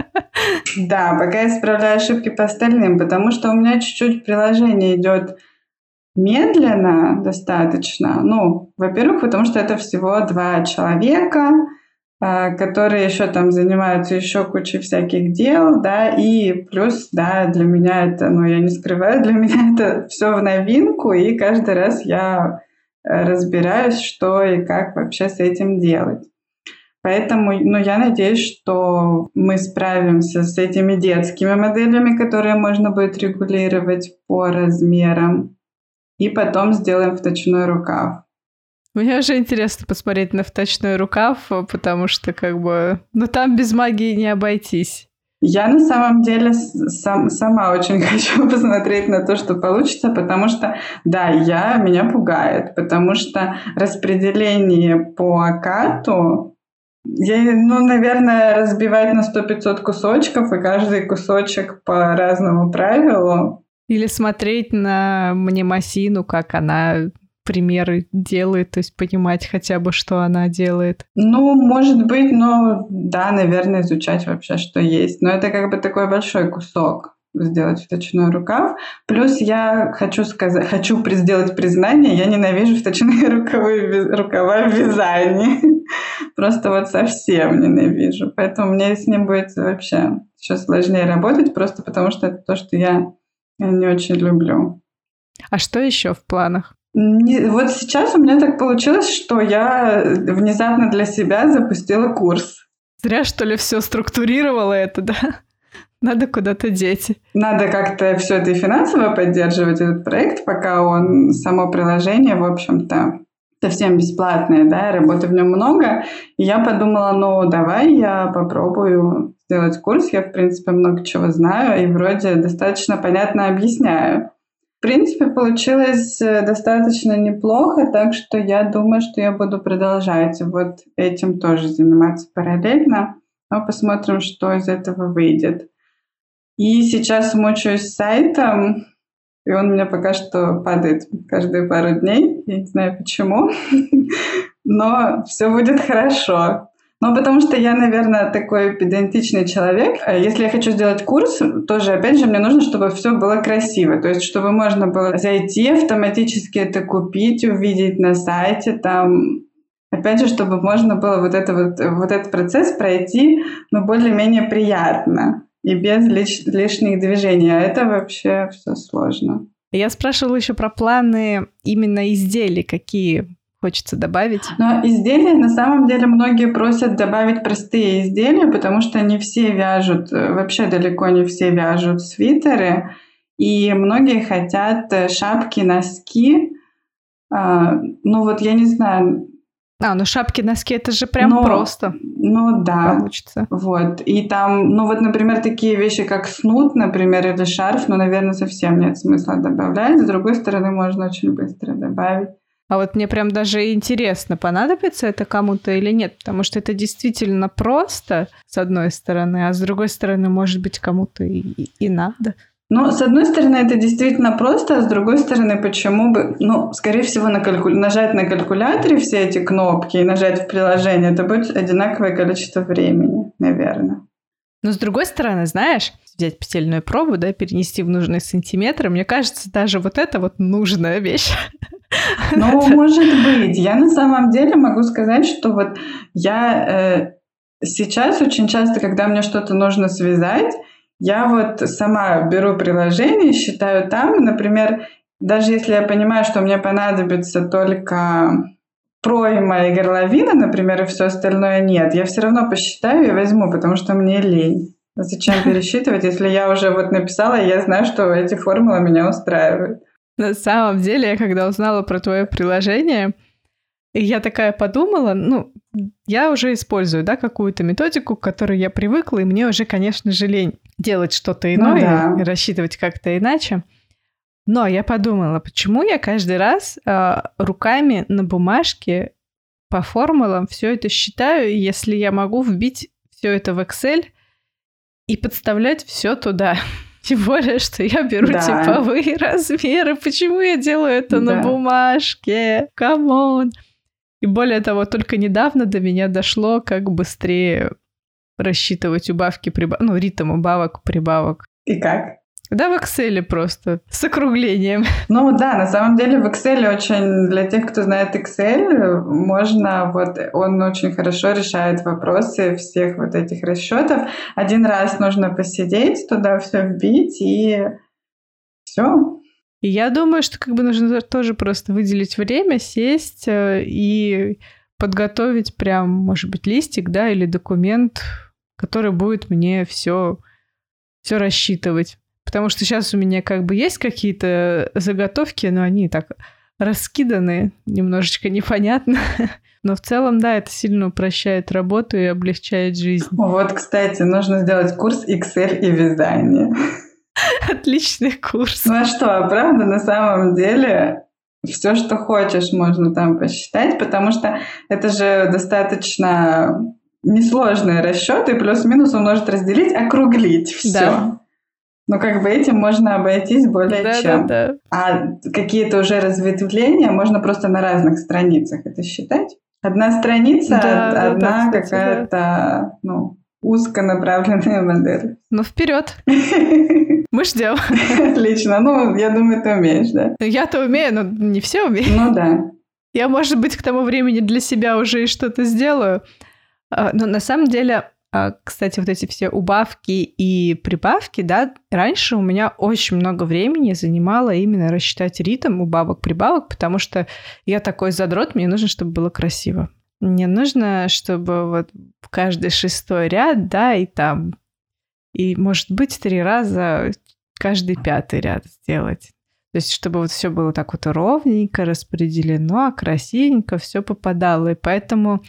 Да, пока я исправляю ошибки по остальным, потому что у меня чуть-чуть приложение идет медленно достаточно. Ну, во-первых, потому что это всего два человека, которые еще там занимаются еще кучей всяких дел, да, и плюс, да, для меня это, ну, я не скрываю, для меня это все в новинку, и каждый раз я разбираюсь, что и как вообще с этим делать. Поэтому, ну, я надеюсь, что мы справимся с этими детскими моделями, которые можно будет регулировать по размерам, и потом сделаем вточной рукав.
Мне уже интересно посмотреть на вточной рукав, потому что, как бы, ну, там без магии не обойтись.
Я на самом деле сам, сама очень хочу посмотреть на то, что получится, потому что, да, я, меня пугает, потому что распределение по окату, я, ну, наверное, разбивать на сто-пятьсот кусочков, и каждый кусочек по разному правилу.
Или смотреть на мнемосину, как она примеры делает, то есть понимать хотя бы, что она делает.
Ну, может быть, но да, наверное, изучать вообще, что есть. Но это как бы такой большой кусок сделать вточной рукав. Плюс я хочу сказать, хочу сделать признание, я ненавижу вточные рукавы, рукава в вязании. Просто вот совсем ненавижу. Поэтому мне с ним будет вообще еще сложнее работать, просто потому что это то, что я не очень люблю.
А что еще в планах?
Вот сейчас у меня так получилось, что я внезапно для себя запустила курс.
Зря, что ли, все структурировала это, да? Надо куда-то деть.
Надо как-то все это и финансово поддерживать, этот проект, пока он, само приложение, в общем-то, совсем бесплатное, да, работы в нем много. И я подумала, ну, давай я попробую сделать курс. Я, в принципе, много чего знаю и вроде достаточно понятно объясняю. В принципе, получилось достаточно неплохо, так что я думаю, что я буду продолжать вот этим тоже заниматься параллельно. Но посмотрим, что из этого выйдет. И сейчас мучаюсь сайтом, и он у меня пока что падает каждые пару дней. Я не знаю почему, но все будет хорошо. Ну, потому что я, наверное, такой педантичный человек. Если я хочу сделать курс, тоже, опять же, мне нужно, чтобы все было красиво. То есть, чтобы можно было зайти, автоматически это купить, увидеть на сайте, там... Опять же, чтобы можно было вот, это вот, вот этот процесс пройти, ну, более-менее приятно и без лиш, лишних движений. А это вообще все сложно.
Я спрашивала еще про планы именно изделий, какие хочется добавить.
Но изделия, на самом деле, многие просят добавить простые изделия, потому что не все вяжут, вообще далеко не все вяжут свитеры, и многие хотят шапки, носки. Ну вот я не знаю...
А, ну шапки-носки, это же прям
но,
просто.
Ну да.
Получится.
Вот. И там, ну вот, например, такие вещи, как снуд, например, или шарф, ну, наверное, совсем нет смысла добавлять. С другой стороны, можно очень быстро добавить.
А вот мне прям даже интересно, понадобится это кому-то или нет, потому что это действительно просто, с одной стороны, а с другой стороны, может быть, кому-то и, и, и надо.
Ну, с одной стороны, это действительно просто, а с другой стороны, почему бы... Ну, скорее всего, на кальку... нажать на калькуляторе все эти кнопки и нажать в приложение, это будет одинаковое количество времени, наверное.
Но с другой стороны, знаешь, взять петельную пробу, да, перенести в нужные сантиметры, мне кажется, даже вот это вот нужная вещь.
Ну, может быть. Я на самом деле могу сказать, что вот я э, сейчас очень часто, когда мне что-то нужно связать, я вот сама беру приложение, считаю там, например, даже если я понимаю, что мне понадобится только пройма и горловина, например, и все остальное нет, я все равно посчитаю и возьму, потому что мне лень. Зачем пересчитывать, если я уже вот написала, и я знаю, что эти формулы меня устраивают.
На самом деле, я когда узнала про твое приложение, я такая подумала, ну, я уже использую, да, какую-то методику, к которой я привыкла, и мне уже, конечно же, лень делать что-то иное, ну, да. и рассчитывать как-то иначе. Но я подумала, почему я каждый раз э, руками на бумажке по формулам все это считаю, если я могу вбить все это в Excel и подставлять все туда. Тем более, что я беру да. типовые размеры. Почему я делаю это да. на бумажке? Камон! И более того, только недавно до меня дошло, как быстрее рассчитывать убавки, прибавки, ну, ритм убавок, прибавок.
И как?
Да, в Excel просто, с округлением.
Ну да, на самом деле в Excel очень, для тех, кто знает Excel, можно, вот он очень хорошо решает вопросы всех вот этих расчетов. Один раз нужно посидеть, туда все вбить, и все.
И я думаю, что как бы нужно тоже просто выделить время, сесть и подготовить прям, может быть, листик, да, или документ, который будет мне все, все рассчитывать. Потому что сейчас у меня как бы есть какие-то заготовки, но они так раскиданы, немножечко непонятно. Но в целом, да, это сильно упрощает работу и облегчает жизнь.
Вот, кстати, нужно сделать курс Excel и вязание.
Отличный курс.
Ну а что, правда, на самом деле все, что хочешь, можно там посчитать, потому что это же достаточно несложные расчеты, плюс-минус умножить, разделить, округлить все. Да. Ну, как бы этим можно обойтись более
да,
чем.
Да, да.
А какие-то уже разветвления можно просто на разных страницах это считать. Одна страница, да, одна да, кстати, какая-то, да. ну, узконаправленная модель.
Ну, вперед. Мы ждем.
Отлично. Ну, я думаю, ты умеешь, да?
Я-то умею, но не все умею.
Ну, да.
Я, может быть, к тому времени для себя уже и что-то сделаю. Но на самом деле... Кстати, вот эти все убавки и прибавки, да, раньше у меня очень много времени занимало именно рассчитать ритм убавок-прибавок, потому что я такой задрот, мне нужно, чтобы было красиво. Мне нужно, чтобы вот каждый шестой ряд, да, и там, и, может быть, три раза каждый пятый ряд сделать. То есть, чтобы вот все было так вот ровненько распределено, красивенько, все попадало. И поэтому...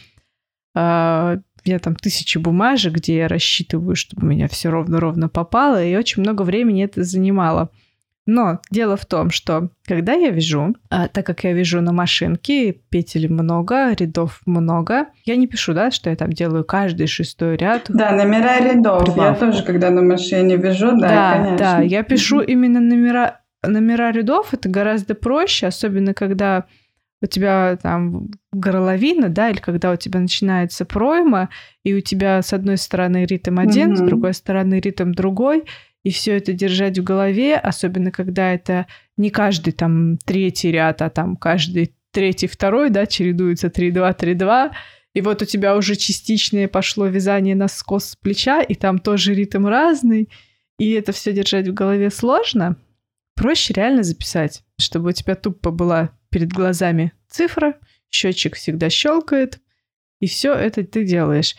Я там тысячи бумажек, где я рассчитываю, чтобы у меня все ровно-ровно попало, и очень много времени это занимало. Но дело в том, что когда я вяжу, а, так как я вяжу на машинке, петель много, рядов много, я не пишу, да, что я там делаю каждый шестой ряд.
Да, номера рядов. Прибавку. Я тоже, когда на машине вяжу, да,
да
конечно.
Да, я пишу mm-hmm. именно номера, номера рядов. Это гораздо проще, особенно когда у тебя там горловина, да, или когда у тебя начинается пройма, и у тебя с одной стороны ритм один, mm-hmm. с другой стороны ритм другой, и все это держать в голове, особенно когда это не каждый там третий ряд, а там каждый третий, второй, да, чередуется три-два, три-два, и вот у тебя уже частичное пошло вязание на скос с плеча, и там тоже ритм разный, и это все держать в голове сложно. Проще реально записать, чтобы у тебя тупо была перед глазами цифра, счетчик всегда щелкает, и все это ты делаешь.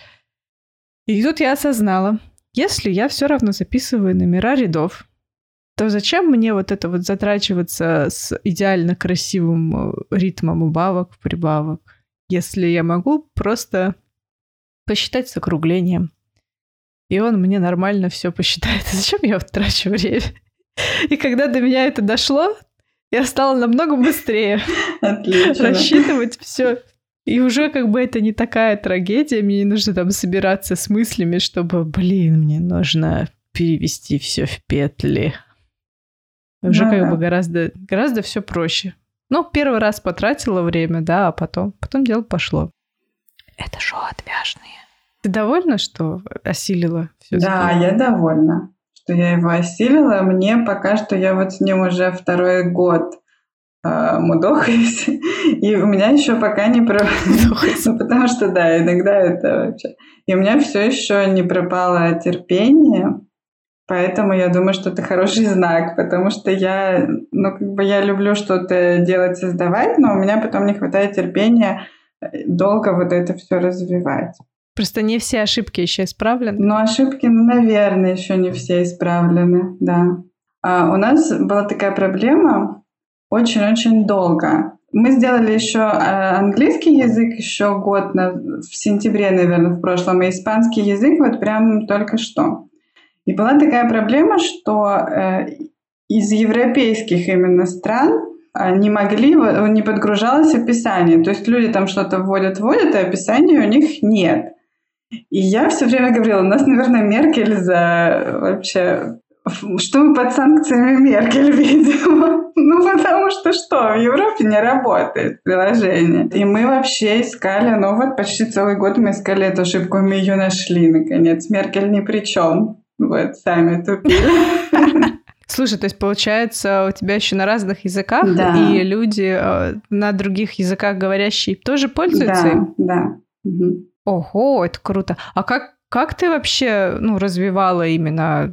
И тут я осознала, если я все равно записываю номера рядов, то зачем мне вот это вот затрачиваться с идеально красивым ритмом убавок, прибавок, если я могу просто посчитать с округлением, и он мне нормально все посчитает. Зачем я вот трачу время? И когда до меня это дошло, я стала намного быстрее
Отлично.
рассчитывать все. И уже как бы это не такая трагедия. Мне не нужно там собираться с мыслями, чтобы, блин, мне нужно перевести все в петли. Уже да. как бы гораздо, гораздо все проще. Ну, первый раз потратила время, да, а потом, потом дело пошло. Это шоу отвяжные. Ты довольна, что осилила все?
Да, я довольна, что я его осилила. Мне пока что я вот с ним уже второй год э, мудохаюсь, и у меня еще пока не пропало, потому что да, иногда это вообще. И у меня все еще не пропало терпение, поэтому я думаю, что это хороший знак, потому что я, ну как бы я люблю что-то делать, создавать, но у меня потом не хватает терпения долго вот это все развивать.
Просто не все ошибки еще исправлены.
Ну, ошибки, наверное, еще не все исправлены, да. А у нас была такая проблема очень-очень долго. Мы сделали еще английский язык еще год, на, в сентябре, наверное, в прошлом, и испанский язык вот прям только что. И была такая проблема, что э, из европейских именно стран не могли, не подгружалось описание. То есть люди там что-то вводят-вводят, а описания у них нет. И я все время говорила, у нас, наверное, Меркель за вообще... Что мы под санкциями Меркель видим? Ну, потому что что? В Европе не работает приложение. И мы вообще искали, ну вот почти целый год мы искали эту ошибку, и мы ее нашли, наконец. Меркель ни при чем. Вот, сами тупили.
Слушай, то есть, получается, у тебя еще на разных языках,
да.
и люди э, на других языках говорящие тоже пользуются
да,
им?
Да, угу.
Ого, это круто. А как, как ты вообще ну, развивала именно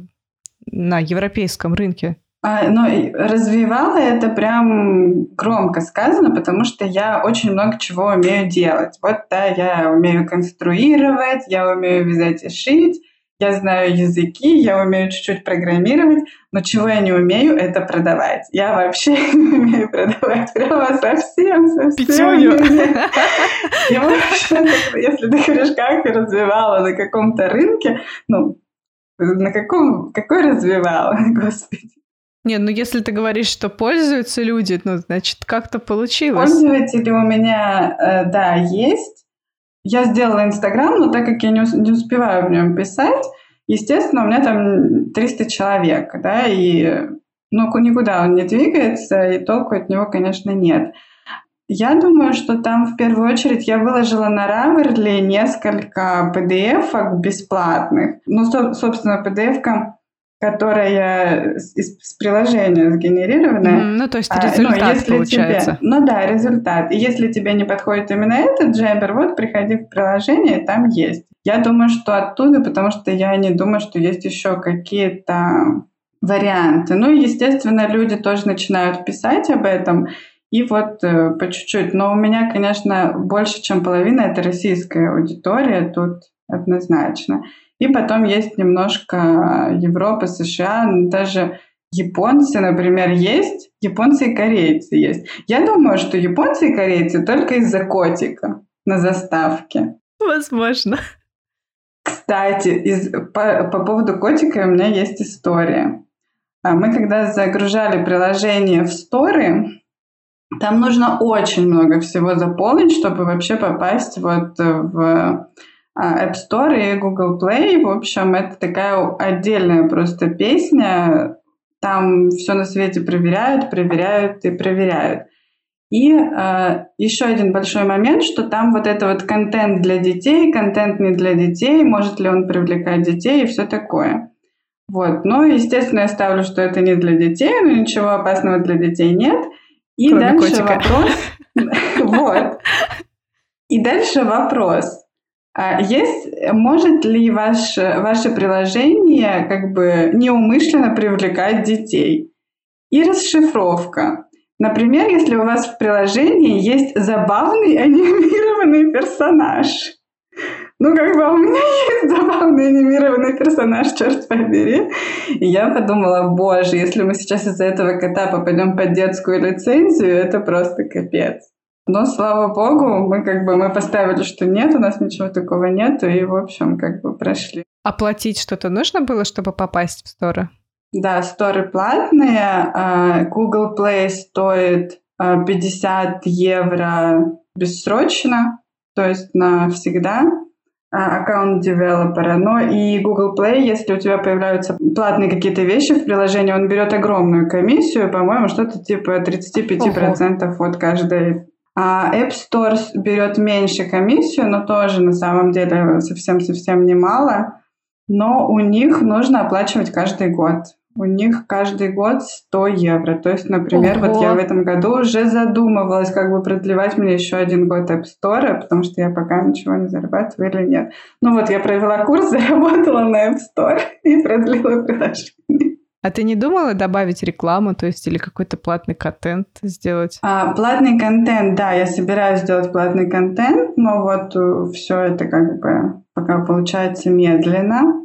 на европейском рынке?
А, ну, развивала это прям громко сказано, потому что я очень много чего умею делать. Вот, да, я умею конструировать, я умею вязать и шить, я знаю языки, я умею чуть-чуть программировать, но чего я не умею, это продавать. Я вообще не умею продавать, прямо совсем, совсем.
Пятюню.
И вообще, если ты говоришь, как ты развивала на каком-то рынке, ну, на каком, какой развивала, господи.
Не, ну если ты говоришь, что пользуются люди, ну, значит, как-то получилось.
Пользователи у меня, э, да, есть. Я сделала Инстаграм, но так как я не, не успеваю в нем писать, естественно, у меня там триста человек, да, и ну, никуда он не двигается, и толку от него, конечно, нет. Я думаю, что там в первую очередь я выложила на Ravelry несколько пи ди эф-ок бесплатных. Ну, со- собственно, пи ди эф-ка, которая из, из приложения сгенерирована.
Mm-hmm. Ну, то есть результат
а, ну, если
получается.
Тебе, ну да, результат. И если тебе не подходит именно этот джемпер, вот приходи в приложение, там есть. Я думаю, что оттуда, потому что я не думаю, что есть еще какие-то варианты. Ну, и, естественно, люди тоже начинают писать об этом. И вот э, по чуть-чуть. Но у меня, конечно, больше, чем половина — это российская аудитория, тут однозначно. И потом есть немножко Европы, США, даже японцы, например, есть. Японцы и корейцы есть. Я думаю, что японцы и корейцы только из-за котика на заставке.
Возможно.
Кстати, из, по, по поводу котика у меня есть история. Мы когда загружали приложение в сторы, там нужно очень много всего заполнить, чтобы вообще попасть вот в App Store и Google Play. В общем, это такая отдельная просто песня. Там все на свете проверяют, проверяют и проверяют. И э, еще один большой момент, что там вот это вот контент для детей, контент не для детей, может ли он привлекать детей и все такое. Вот. Ну, естественно, я ставлю, что это не для детей, но ничего опасного для детей нет. И
кроме
дальше
котика.
Вопрос. Вот. И дальше вопрос. Есть, может ли ваше, ваше приложение как бы неумышленно привлекать детей? И расшифровка. Например, если у вас в приложении есть забавный анимированный персонаж. Ну, как бы у меня есть забавный анимированный персонаж, черт побери. И я подумала, боже, если мы сейчас из-за этого кота попадем под детскую лицензию, это просто капец. Но, слава богу, мы как бы мы поставили, что нет, у нас ничего такого нету, и, в общем, как бы прошли.
Оплатить что-то нужно было, чтобы попасть в сторы?
Да, сторы платные. Google Play стоит пятьдесят евро бессрочно, то есть навсегда, аккаунт девелопера. Но и Google Play, если у тебя появляются платные какие-то вещи в приложении, он берет огромную комиссию, по-моему, что-то типа тридцать пять процентов от каждой. А App Store берет меньше комиссию, но тоже на самом деле совсем-совсем немало. Но у них нужно оплачивать каждый год. У них каждый год сто евро. То есть, например, Ого. Вот я в этом году уже задумывалась, как бы продлевать мне еще один год App Store, потому что я пока ничего не зарабатываю или нет. Ну вот, я провела курс, заработала на App Store и продлила приложение.
А ты не думала добавить рекламу, то есть или какой-то платный контент сделать?
А, платный контент, да, я собираюсь сделать платный контент, но вот все это как бы пока получается медленно.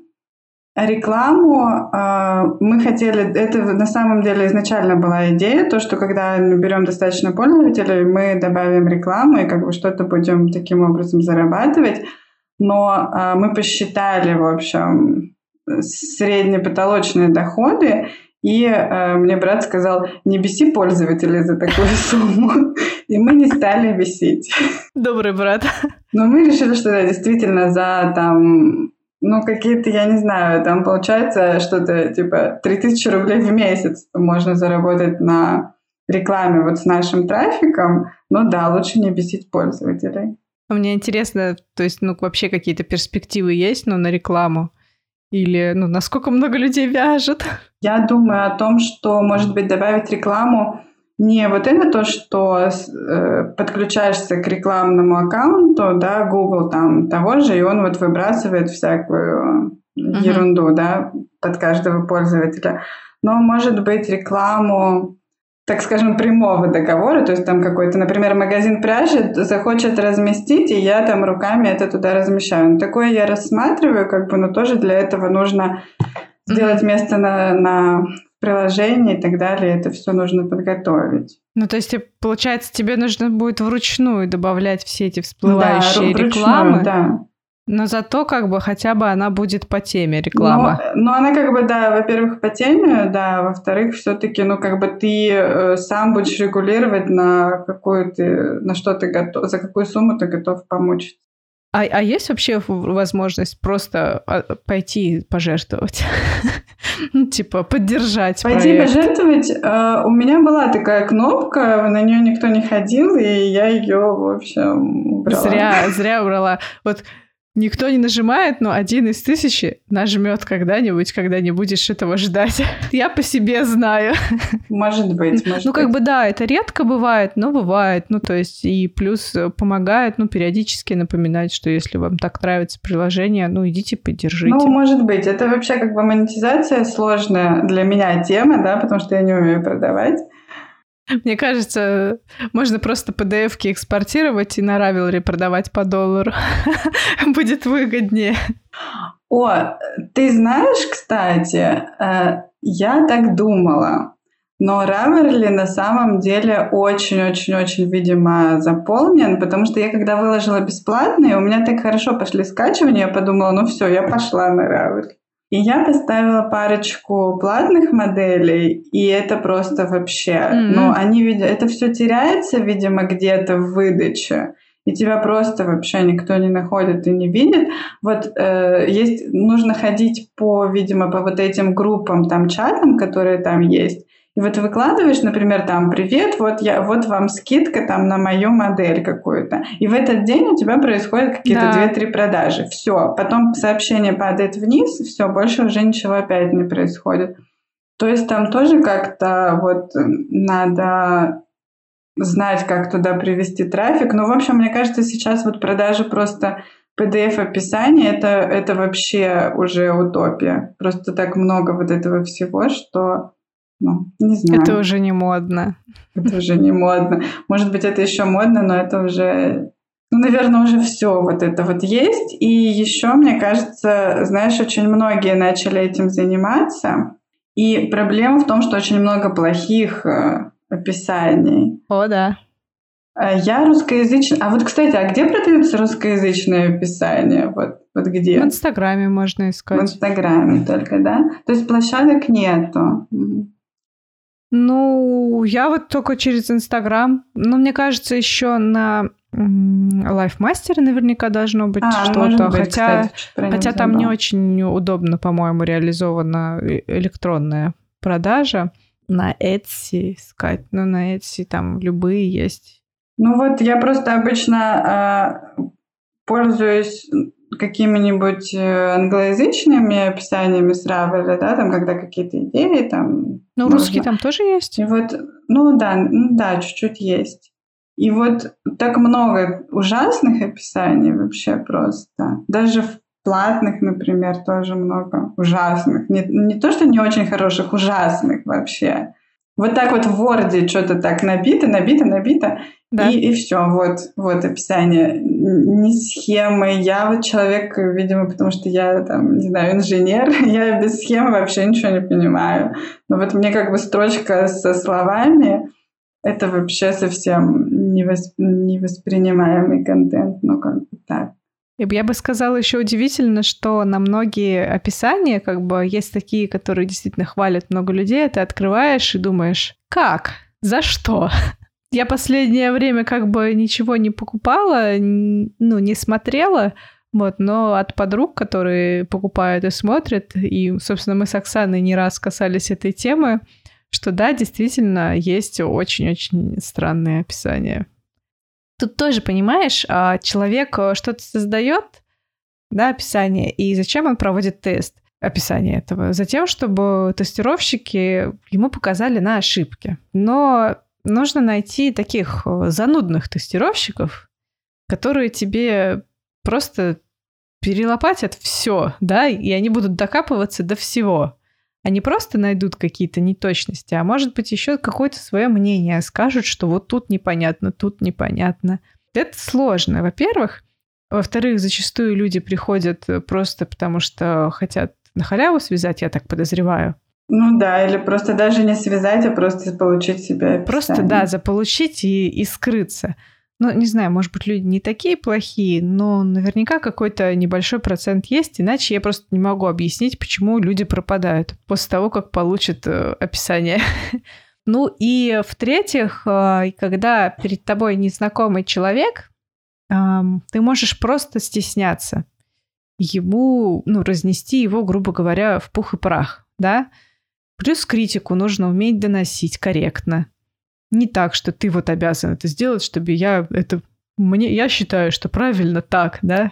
Рекламу э, мы хотели, это на самом деле изначально была идея, то, что когда мы берем достаточно пользователей, мы добавим рекламу и как бы что-то будем таким образом зарабатывать. Но э, мы посчитали, в общем, среднепотолочные доходы, и э, мне брат сказал, не беси пользователей за такую сумму. И мы не стали бесить.
Добрый брат.
Но мы решили, что да, действительно за там... Ну, какие-то, я не знаю, там получается что-то типа три тысячи рублей в месяц можно заработать на рекламе вот с нашим трафиком. Но да, лучше не бесить пользователей.
Мне интересно, то есть, ну, вообще какие-то перспективы есть, ну, на рекламу? Или, ну, насколько много людей вяжет?
Я думаю о том, что, может быть, добавить рекламу не вот это то, что э, подключаешься к рекламному аккаунту, да, Google там того же, и он вот выбрасывает всякую uh-huh. ерунду, да, под каждого пользователя. Но, может быть, рекламу, так скажем, прямого договора, то есть там какой-то, например, магазин пряжи захочет разместить, и я там руками это туда размещаю. Но такое я рассматриваю, как бы, но тоже для этого нужно сделать uh-huh. место на... на приложение и так далее, это все нужно подготовить.
Ну, то есть, получается, тебе нужно будет вручную добавлять все эти всплывающие
да,
рекламы,
да.
Но зато как бы хотя бы она будет по теме реклама.
Ну, ну, она как бы, да, во-первых, по теме, да, во-вторых, все-таки, ну, как бы ты э, сам будешь регулировать, на какую ты, на что ты готов, за какую сумму ты готов помочь.
А, а есть вообще возможность просто пойти пожертвовать? Ну, типа, поддержать проект?
Пойти пожертвовать? У меня была такая кнопка, на нее никто не ходил, и я ее, в общем, убрала.
Зря, зря убрала. Вот никто не нажимает, но один из тысячи нажмет когда-нибудь, когда не будешь этого ждать. Я по себе знаю.
Может быть, может
Ну, как
быть.
бы, да, это редко бывает, но бывает. Ну, то есть, и плюс помогает, ну, периодически напоминать, что если вам так нравится приложение, ну, идите, поддержите.
Ну, может быть. Это вообще как бы монетизация сложная для меня тема, да, потому что я не умею продавать.
Мне кажется, можно просто пи ди эф-ки экспортировать и на Ravelry продавать по доллару. Будет выгоднее.
О, ты знаешь, кстати, я так думала, но Ravelry на самом деле очень-очень-очень, видимо, заполнен, потому что я когда выложила бесплатные, у меня так хорошо пошли скачивания, я подумала, ну все, я пошла на Ravelry. И я поставила парочку платных моделей, и это просто вообще... Mm-hmm. Ну, они, это все теряется, видимо, где-то в выдаче, и тебя просто вообще никто не находит и не видит. Вот э, есть, нужно ходить по, видимо, по вот этим группам, там, чатам, которые там есть. И вот выкладываешь, например, там, привет, вот, я, вот вам скидка там на мою модель какую-то. И в этот день у тебя происходят какие-то
да.
две-три продажи. Все. Потом сообщение падает вниз, все, больше уже ничего опять не происходит. То есть там тоже как-то вот надо знать, как туда привести трафик. Ну, в общем, мне кажется, сейчас вот продажи просто пи ди эф-описания, это, это вообще уже утопия. Просто так много вот этого всего, что... Ну, не знаю.
Это уже не модно.
Это уже не модно. Может быть, это еще модно, но это уже... Ну, наверное, уже все вот это вот есть. И еще, мне кажется, знаешь, очень многие начали этим заниматься. И проблема в том, что очень много плохих э, описаний.
О, да.
Я русскоязычная... А вот, кстати, а где продаются русскоязычные описания? Вот, вот где?
В Инстаграме можно искать.
В Инстаграме только, да? То есть площадок нету.
Ну, я вот только через Инстаграм. Но мне кажется, еще на Лайфмастере наверняка должно быть
а,
что-то.
Быть,
хотя
кстати,
хотя там не очень удобно, по-моему, реализована электронная продажа. На Etsy искать. Ну, на Etsy там любые есть.
Ну вот я просто обычно э, пользуюсь какими-нибудь англоязычными описаниями с Ravelry, да, там, когда какие-то идеи там...
Ну,
можно...
русские там тоже есть?
И вот, ну да, ну да, чуть-чуть есть. И вот так много ужасных описаний вообще просто. Даже в платных, например, тоже много ужасных. Не, не то, что не очень хороших, ужасных вообще. Вот так вот в Word что-то так набито, набито, набито, да. и, и все, вот, вот описание. Ни схемы. Я вот человек, видимо, потому что я там, не знаю, инженер, я без схемы вообще ничего не понимаю. Но вот мне как бы строчка со словами, это вообще совсем невосп... невоспринимаемый контент, ну как бы так.
Я бы сказала, еще удивительно, что на многие описания, как бы, есть такие, которые действительно хвалят много людей, ты открываешь и думаешь, как? За что? Я последнее время как бы ничего не покупала, ну, не смотрела, вот, но от подруг, которые покупают и смотрят, и, собственно, мы с Оксаной не раз касались этой темы, что да, действительно, есть очень-очень странные описания. Тут тоже, понимаешь, человек что-то создает, да, описание, и зачем он проводит тест описания этого? Затем, чтобы тестировщики ему показали на ошибки. Но нужно найти таких занудных тестировщиков, которые тебе просто перелопатят все, да, и они будут докапываться до всего. Они просто найдут какие-то неточности, а может быть, еще какое-то свое мнение скажут, что вот тут непонятно, тут непонятно. Это сложно, во-первых. Во-вторых, зачастую люди приходят просто потому, что хотят на халяву связать, я так подозреваю.
Ну да, или просто даже не связать, а просто получить себе описание.
Просто, да, заполучить и, и скрыться. Ну, не знаю, может быть, люди не такие плохие, но наверняка какой-то небольшой процент есть, иначе я просто не могу объяснить, почему люди пропадают после того, как получат э, описание. Ну и в-третьих, э, когда перед тобой незнакомый человек, э, ты можешь просто стесняться ему, ну, разнести его, грубо говоря, в пух и прах, да? Плюс критику нужно уметь доносить корректно. Не так, что ты вот обязан это сделать, чтобы я это... Мне, я считаю, что правильно так, да?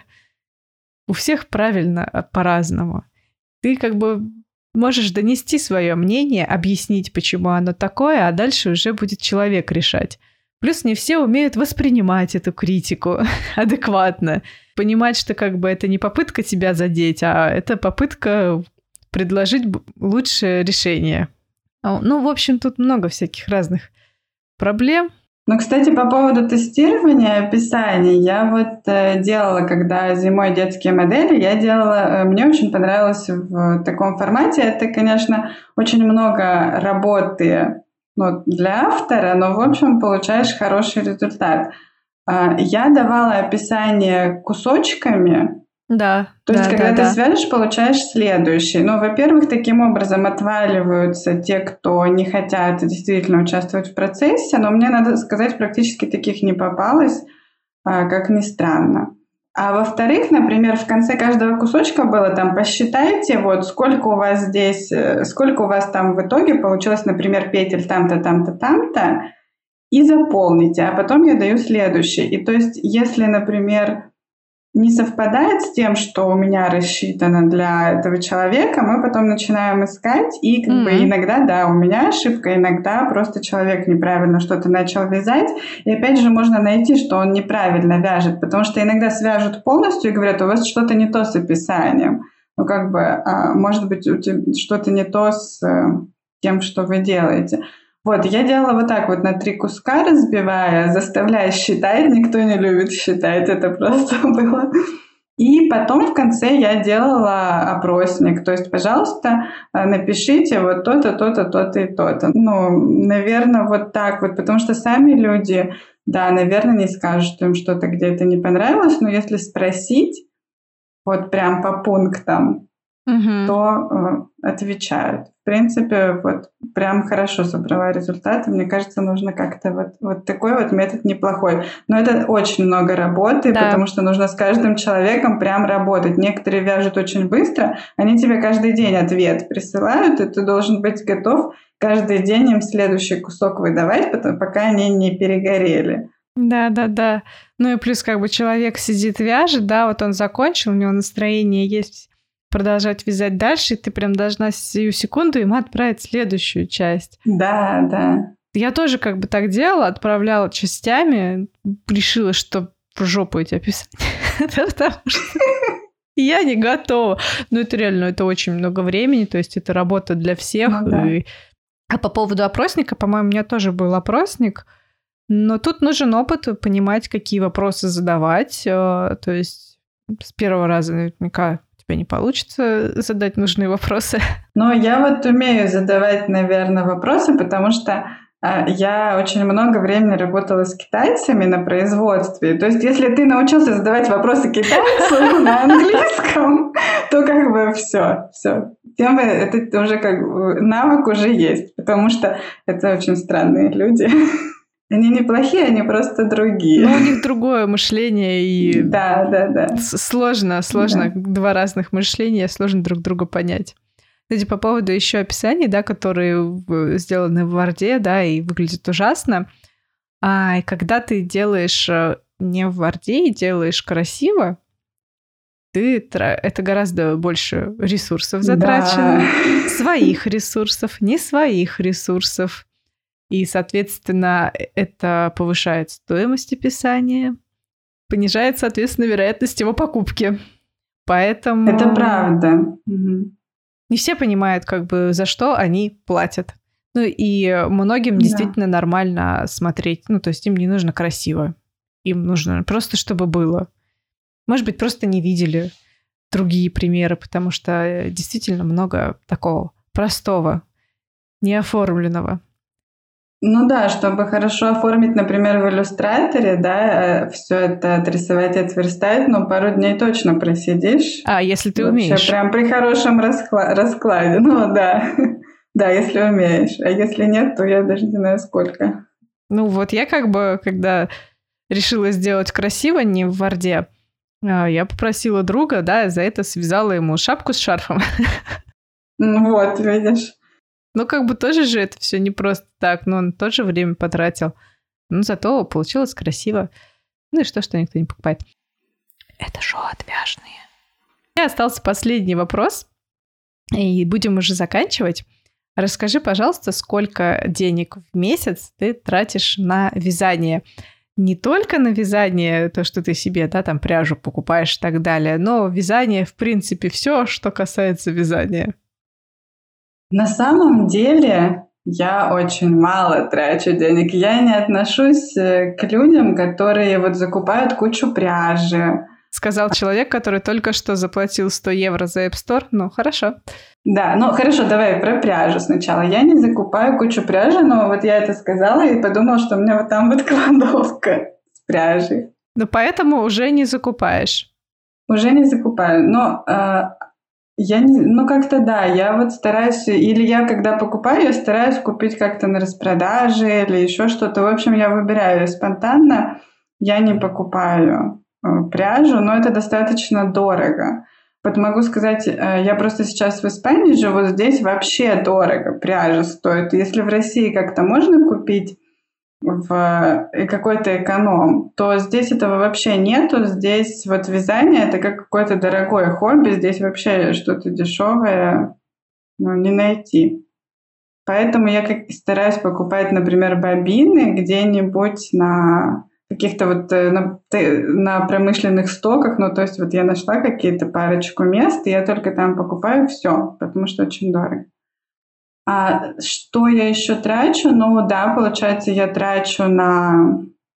У всех правильно по-разному. Ты как бы можешь донести свое мнение, объяснить, почему оно такое, а дальше уже будет человек решать. Плюс не все умеют воспринимать эту критику адекватно. Понимать, что как бы это не попытка тебя задеть, а это попытка предложить лучшее решение. Ну, в общем, тут много всяких разных проблем.
Ну, кстати, по поводу тестирования описаний, я вот э, делала, когда зимой детские модели, я делала, э, мне очень понравилось в таком формате. Это, конечно, очень много работы, ну, для автора, но, в общем, получаешь хороший результат. Э, я давала описание кусочками,
Да.
То есть,
да,
когда
да,
ты
да.
свяжешь, получаешь следующий. Ну, во-первых, таким образом отваливаются те, кто не хотят действительно участвовать в процессе, но мне, надо сказать, практически таких не попалось, как ни странно. А во-вторых, например, в конце каждого кусочка было там, посчитайте, вот сколько у вас здесь, сколько у вас там в итоге получилось, например, петель там-то, там-то, там-то, и заполните, а потом я даю следующий. И то есть, если, например, не совпадает с тем, что у меня рассчитано для этого человека, мы потом начинаем искать, и как mm-hmm. бы иногда, да, у меня ошибка, иногда просто человек неправильно что-то начал вязать, и опять же можно найти, что он неправильно вяжет, потому что иногда свяжут полностью и говорят, у вас что-то не то с описанием, ну как бы, может быть, у тебя что-то не то с тем, что вы делаете. Вот, я делала вот так вот на три куска, разбивая, заставляя считать. Никто не любит считать, это просто было. И потом в конце я делала опросник. То есть, пожалуйста, напишите вот то-то, то-то, то-то и то-то. Ну, наверное, вот так вот. Потому что сами люди, да, наверное, не скажут, что им что-то где-то не понравилось. Но если спросить, вот прям по пунктам, угу. то э, отвечают. В принципе, вот прям хорошо собрала результаты. Мне кажется, нужно как-то вот, вот такой вот метод неплохой. Но это очень много работы, да. потому что нужно с каждым человеком прям работать. Некоторые вяжут очень быстро, они тебе каждый день ответ присылают, и ты должен быть готов каждый день им следующий кусок выдавать, потому, пока они не перегорели.
Да, да, да. Ну и плюс как бы человек сидит, вяжет, да, вот он закончил, у него настроение есть продолжать вязать дальше, и ты прям должна сию секунду ему отправить следующую часть.
Да, да.
Я тоже как бы так делала, отправляла частями, решила, что в жопу эти описать, потому что я не готова. Ну это реально, это очень много времени, то есть это работа для всех. А по поводу опросника, по-моему, у меня тоже был опросник, но тут нужен опыт, понимать, какие вопросы задавать, то есть с первого раза наверняка тебе не получится задать нужные вопросы.
Ну, я вот умею задавать, наверное, вопросы, потому что э, я очень много времени работала с китайцами на производстве. То есть, если ты научился задавать вопросы китайцу на английском, то как бы все, все. Тем это уже как навык уже есть, потому что это очень странные люди. Они неплохие, они просто другие.
Но у них другое мышление, и
да, да, да.
сложно, сложно, да. Два разных мышления, сложно друг друга понять. Кстати, по поводу еще описаний, да, которые сделаны в Word, да, и выглядят ужасно. А когда ты делаешь не в Word и делаешь красиво, ты это гораздо больше ресурсов затрачено. Да. Своих ресурсов, не своих ресурсов. И, соответственно, это повышает стоимость описания, понижает, соответственно, вероятность его покупки. Поэтому...
Это правда. Угу.
Не все понимают, как бы, за что они платят. Ну и многим да. действительно нормально смотреть. Ну, то есть им не нужно красиво. Им нужно просто, чтобы было. Может быть, просто не видели другие примеры, потому что действительно много такого простого, неоформленного.
Ну да, чтобы хорошо оформить, например, в иллюстраторе, да, все это отрисовать и отверстать, ну, пару дней точно просидишь.
А, если ты
вообще,
умеешь.
Прям при хорошем раскла- раскладе, ну да. Да, если умеешь. А если нет, то я даже не знаю сколько.
Ну вот я как бы, когда решила сделать красиво, не в Word, я попросила друга, да, за это связала ему шапку с шарфом.
Ну вот, видишь.
Ну, как бы тоже же это все не просто так, но он тоже время потратил. Но зато получилось красиво. Ну и что, что никто не покупает. Это шоу отвяжные. И остался последний вопрос. И будем уже заканчивать. Расскажи, пожалуйста, сколько денег в месяц ты тратишь на вязание? Не только на вязание, то, что ты себе, да, там пряжу покупаешь и так далее, но вязание, в принципе, все, что касается вязания.
На самом деле я очень мало трачу денег. Я не отношусь к людям, которые вот закупают кучу пряжи.
Сказал человек, который только что заплатил сто евро за App Store. Ну, хорошо.
Да, ну хорошо, давай про пряжу сначала. Я не закупаю кучу пряжи, но вот я это сказала и подумала, что у меня вот там вот кладовка с пряжей.
Ну, поэтому уже не закупаешь.
уже не закупаю. Но э, я не, ну как-то да, я вот стараюсь, или я когда покупаю, я стараюсь купить как-то на распродаже или еще что-то. В общем, я выбираю спонтанно, я не покупаю э, пряжу, но это достаточно дорого. Вот могу сказать, э, я просто сейчас в Испании живу, здесь вообще дорого пряжа стоит. Если в России как-то можно купить в какой-то эконом, то здесь этого вообще нету. Здесь вот вязание — это как какое-то дорогое хобби. Здесь вообще что-то дешевое, ну, не найти. Поэтому я как стараюсь покупать, например, бобины где-нибудь на каких-то вот на, на промышленных стоках. Ну, то есть вот я нашла какие-то парочку мест, и я только там покупаю все, потому что очень дорого. А что я еще трачу? Ну да, получается, я трачу на...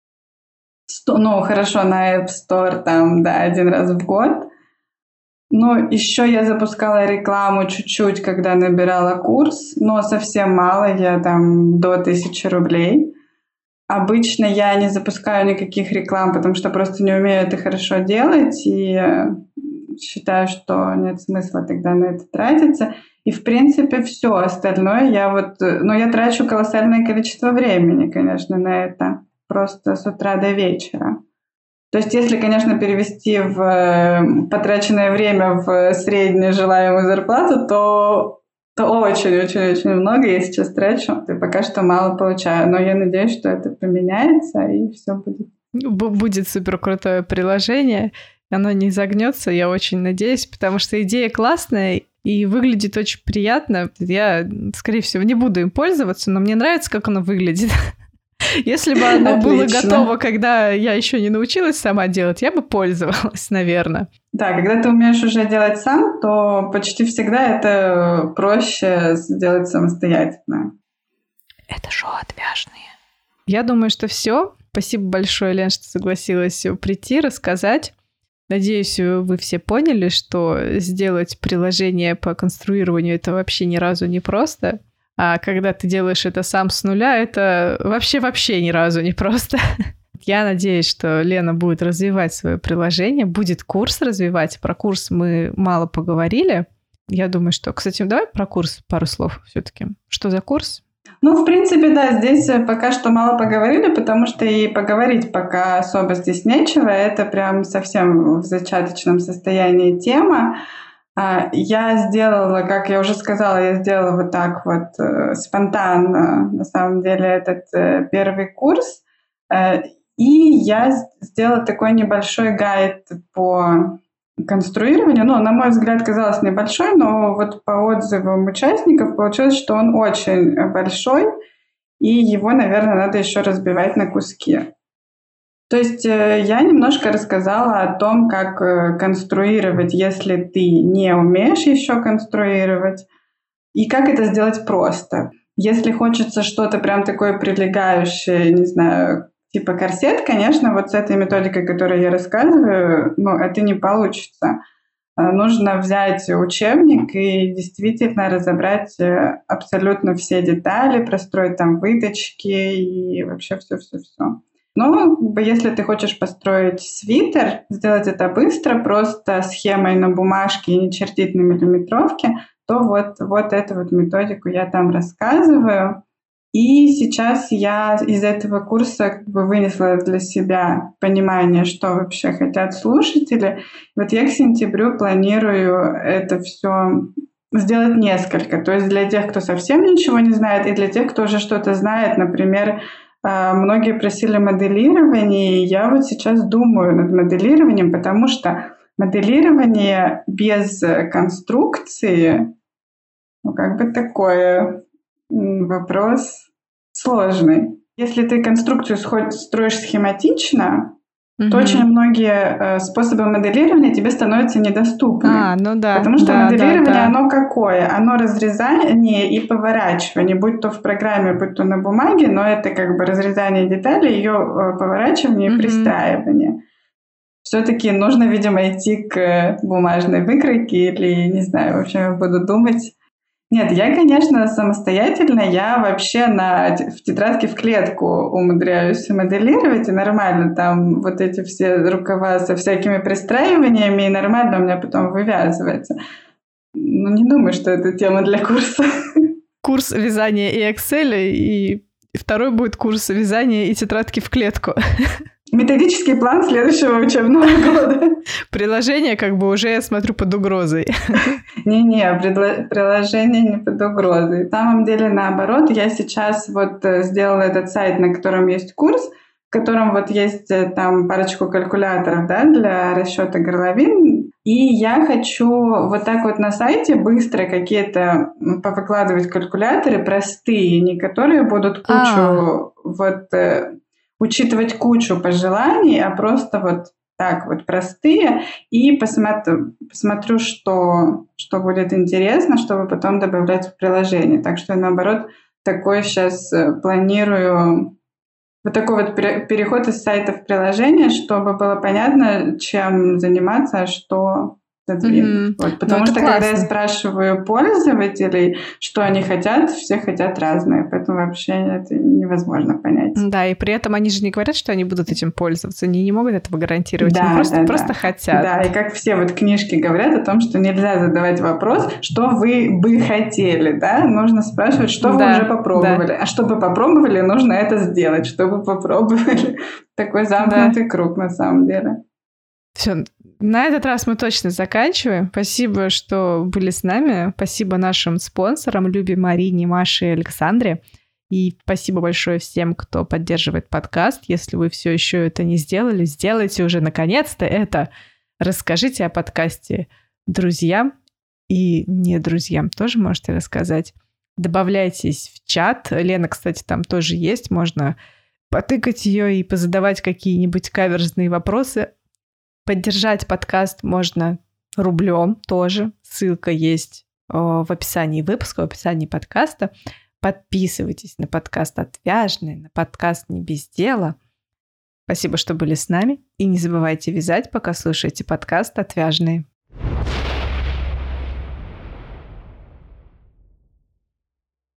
Ну, хорошо, на App Store там, да, один раз в год. Но еще я запускала рекламу чуть-чуть, когда набирала курс, но совсем мало, я там до тысячи рублей. Обычно я не запускаю никаких реклам, потому что просто не умею это хорошо делать, и считаю, что нет смысла тогда на это тратиться. И, в принципе, все остальное я вот... Ну, я трачу колоссальное количество времени, конечно, на это. Просто с утра до вечера. То есть, если, конечно, перевести в потраченное время в среднюю желаемую зарплату, то, то очень-очень-очень много я сейчас трачу. И пока что мало получаю. Но я надеюсь, что это поменяется, и все будет.
Будет супер крутое приложение. Оно не загнется, я очень надеюсь, потому что идея классная и выглядит очень приятно. Я, скорее всего, не буду им пользоваться, но мне нравится, как оно выглядит. Если бы оно Отлично. было готово, когда я еще не научилась сама делать, я бы пользовалась, наверное.
Да, когда ты умеешь уже делать сам, то почти всегда это проще сделать самостоятельно.
Это шоу «Отвяжные». Я думаю, что все. Спасибо большое, Лен, что согласилась прийти, рассказать. Надеюсь, вы все поняли, что сделать приложение по конструированию — это вообще ни разу не просто. А когда ты делаешь это сам с нуля, это вообще-вообще ни разу не просто. Я надеюсь, что Лена будет развивать свое приложение, будет курс развивать. Про курс мы мало поговорили. Я думаю, что... Кстати, давай про курс пару слов все-таки. Что за курс?
Ну, в принципе, да, здесь пока что мало поговорили, потому что и поговорить пока особо здесь нечего. Это прям совсем в зачаточном состоянии тема. Я сделала, как я уже сказала, я сделала вот так вот э, спонтанно, на самом деле, этот э, первый курс. Э, и я сделала такой небольшой гайд по конструированию. Ну, на мой взгляд, казалось небольшой, но вот по отзывам участников получилось, что он очень большой, и его, наверное, надо еще разбивать на куски. То есть я немножко рассказала о том, как конструировать, если ты не умеешь еще конструировать, и как это сделать просто. Если хочется что-то прям такое прилегающее, не знаю, типа корсет, конечно, вот с этой методикой, которую я рассказываю, ну, это не получится. Нужно взять учебник и действительно разобрать абсолютно все детали, простроить там выточки и вообще все-все-все. Но если ты хочешь построить свитер, сделать это быстро, просто схемой на бумажке и не чертить на миллиметровке, то вот, вот эту вот методику я там рассказываю. И сейчас я из этого курса как бы вынесла для себя понимание, что вообще хотят слушатели. Вот я к сентябрю планирую это все сделать несколько. То есть для тех, кто совсем ничего не знает, и для тех, кто уже что-то знает. Например, многие просили моделирование, и я вот сейчас думаю над моделированием, потому что моделирование без конструкции, ну, как бы такое вопрос сложный. Если ты конструкцию строишь схематично, mm-hmm. то очень многие способы моделирования тебе становятся недоступны.
А, ну да.
Потому что
да,
моделирование,
да, да.
оно какое? Оно разрезание и поворачивание, будь то в программе, будь то на бумаге, но это как бы разрезание деталей, ее поворачивание mm-hmm. и пристраивание. Все-таки нужно, видимо, идти к бумажной выкройке или, не знаю, в общем, я буду думать. Нет, я, конечно, самостоятельно, я вообще на, в тетрадке в клетку умудряюсь моделировать, и нормально там вот эти все рукава со всякими пристраиваниями, и нормально у меня потом вывязывается. Ну, не думаю, что это тема для курса.
Курс вязания и Excel, и второй будет курс вязания и тетрадки в клетку.
Методический план следующего учебного года.
Приложение как бы уже, я смотрю, под угрозой.
Не-не, приложение не под угрозой. На самом деле, наоборот, я сейчас вот сделала этот сайт, на котором есть курс, в котором вот есть там парочку калькуляторов, да, для расчета горловин. И я хочу вот так вот на сайте быстро какие-то повыкладывать калькуляторы простые, не которые будут кучу А-а-а. вот... учитывать кучу пожеланий, а просто вот так вот простые, и посмотрю, посмотрю что, что будет интересно, чтобы потом добавлять в приложение. Так что я, наоборот, такой сейчас планирую, вот такой вот переход из сайта в приложение, чтобы было понятно, чем заниматься, а что задвинуть. Mm-hmm. Вот, потому ну, что, классно. Когда я спрашиваю пользователей, что они хотят, все хотят разные, поэтому вообще это невозможно понять.
Да, и при этом они же не говорят, что они будут этим пользоваться, они не могут этого гарантировать,
да,
они просто,
да,
просто
да.
хотят.
Да, и как все вот книжки говорят о том, что нельзя задавать вопрос, что вы бы хотели, да, нужно спрашивать, что да, вы уже попробовали, да. А чтобы попробовали, нужно это сделать, чтобы попробовали. Такой замкнутый да. круг на самом деле.
Все, на этот раз мы точно заканчиваем. Спасибо, что были с нами. Спасибо нашим спонсорам Любе, Марине, Маше и Александре. И спасибо большое всем, кто поддерживает подкаст. Если вы все еще это не сделали, сделайте уже наконец-то это. Расскажите о подкасте друзьям и не друзьям. Тоже можете рассказать. Добавляйтесь в чат. Лена, кстати, там тоже есть. Можно потыкать ее и позадавать какие-нибудь каверзные вопросы. Поддержать подкаст можно рублем тоже. Ссылка есть в описании выпуска, в описании подкаста. Подписывайтесь на подкаст «Отвяжные», на подкаст «Не без дела». Спасибо, что были с нами. И не забывайте вязать, пока слушаете подкаст «Отвяжные».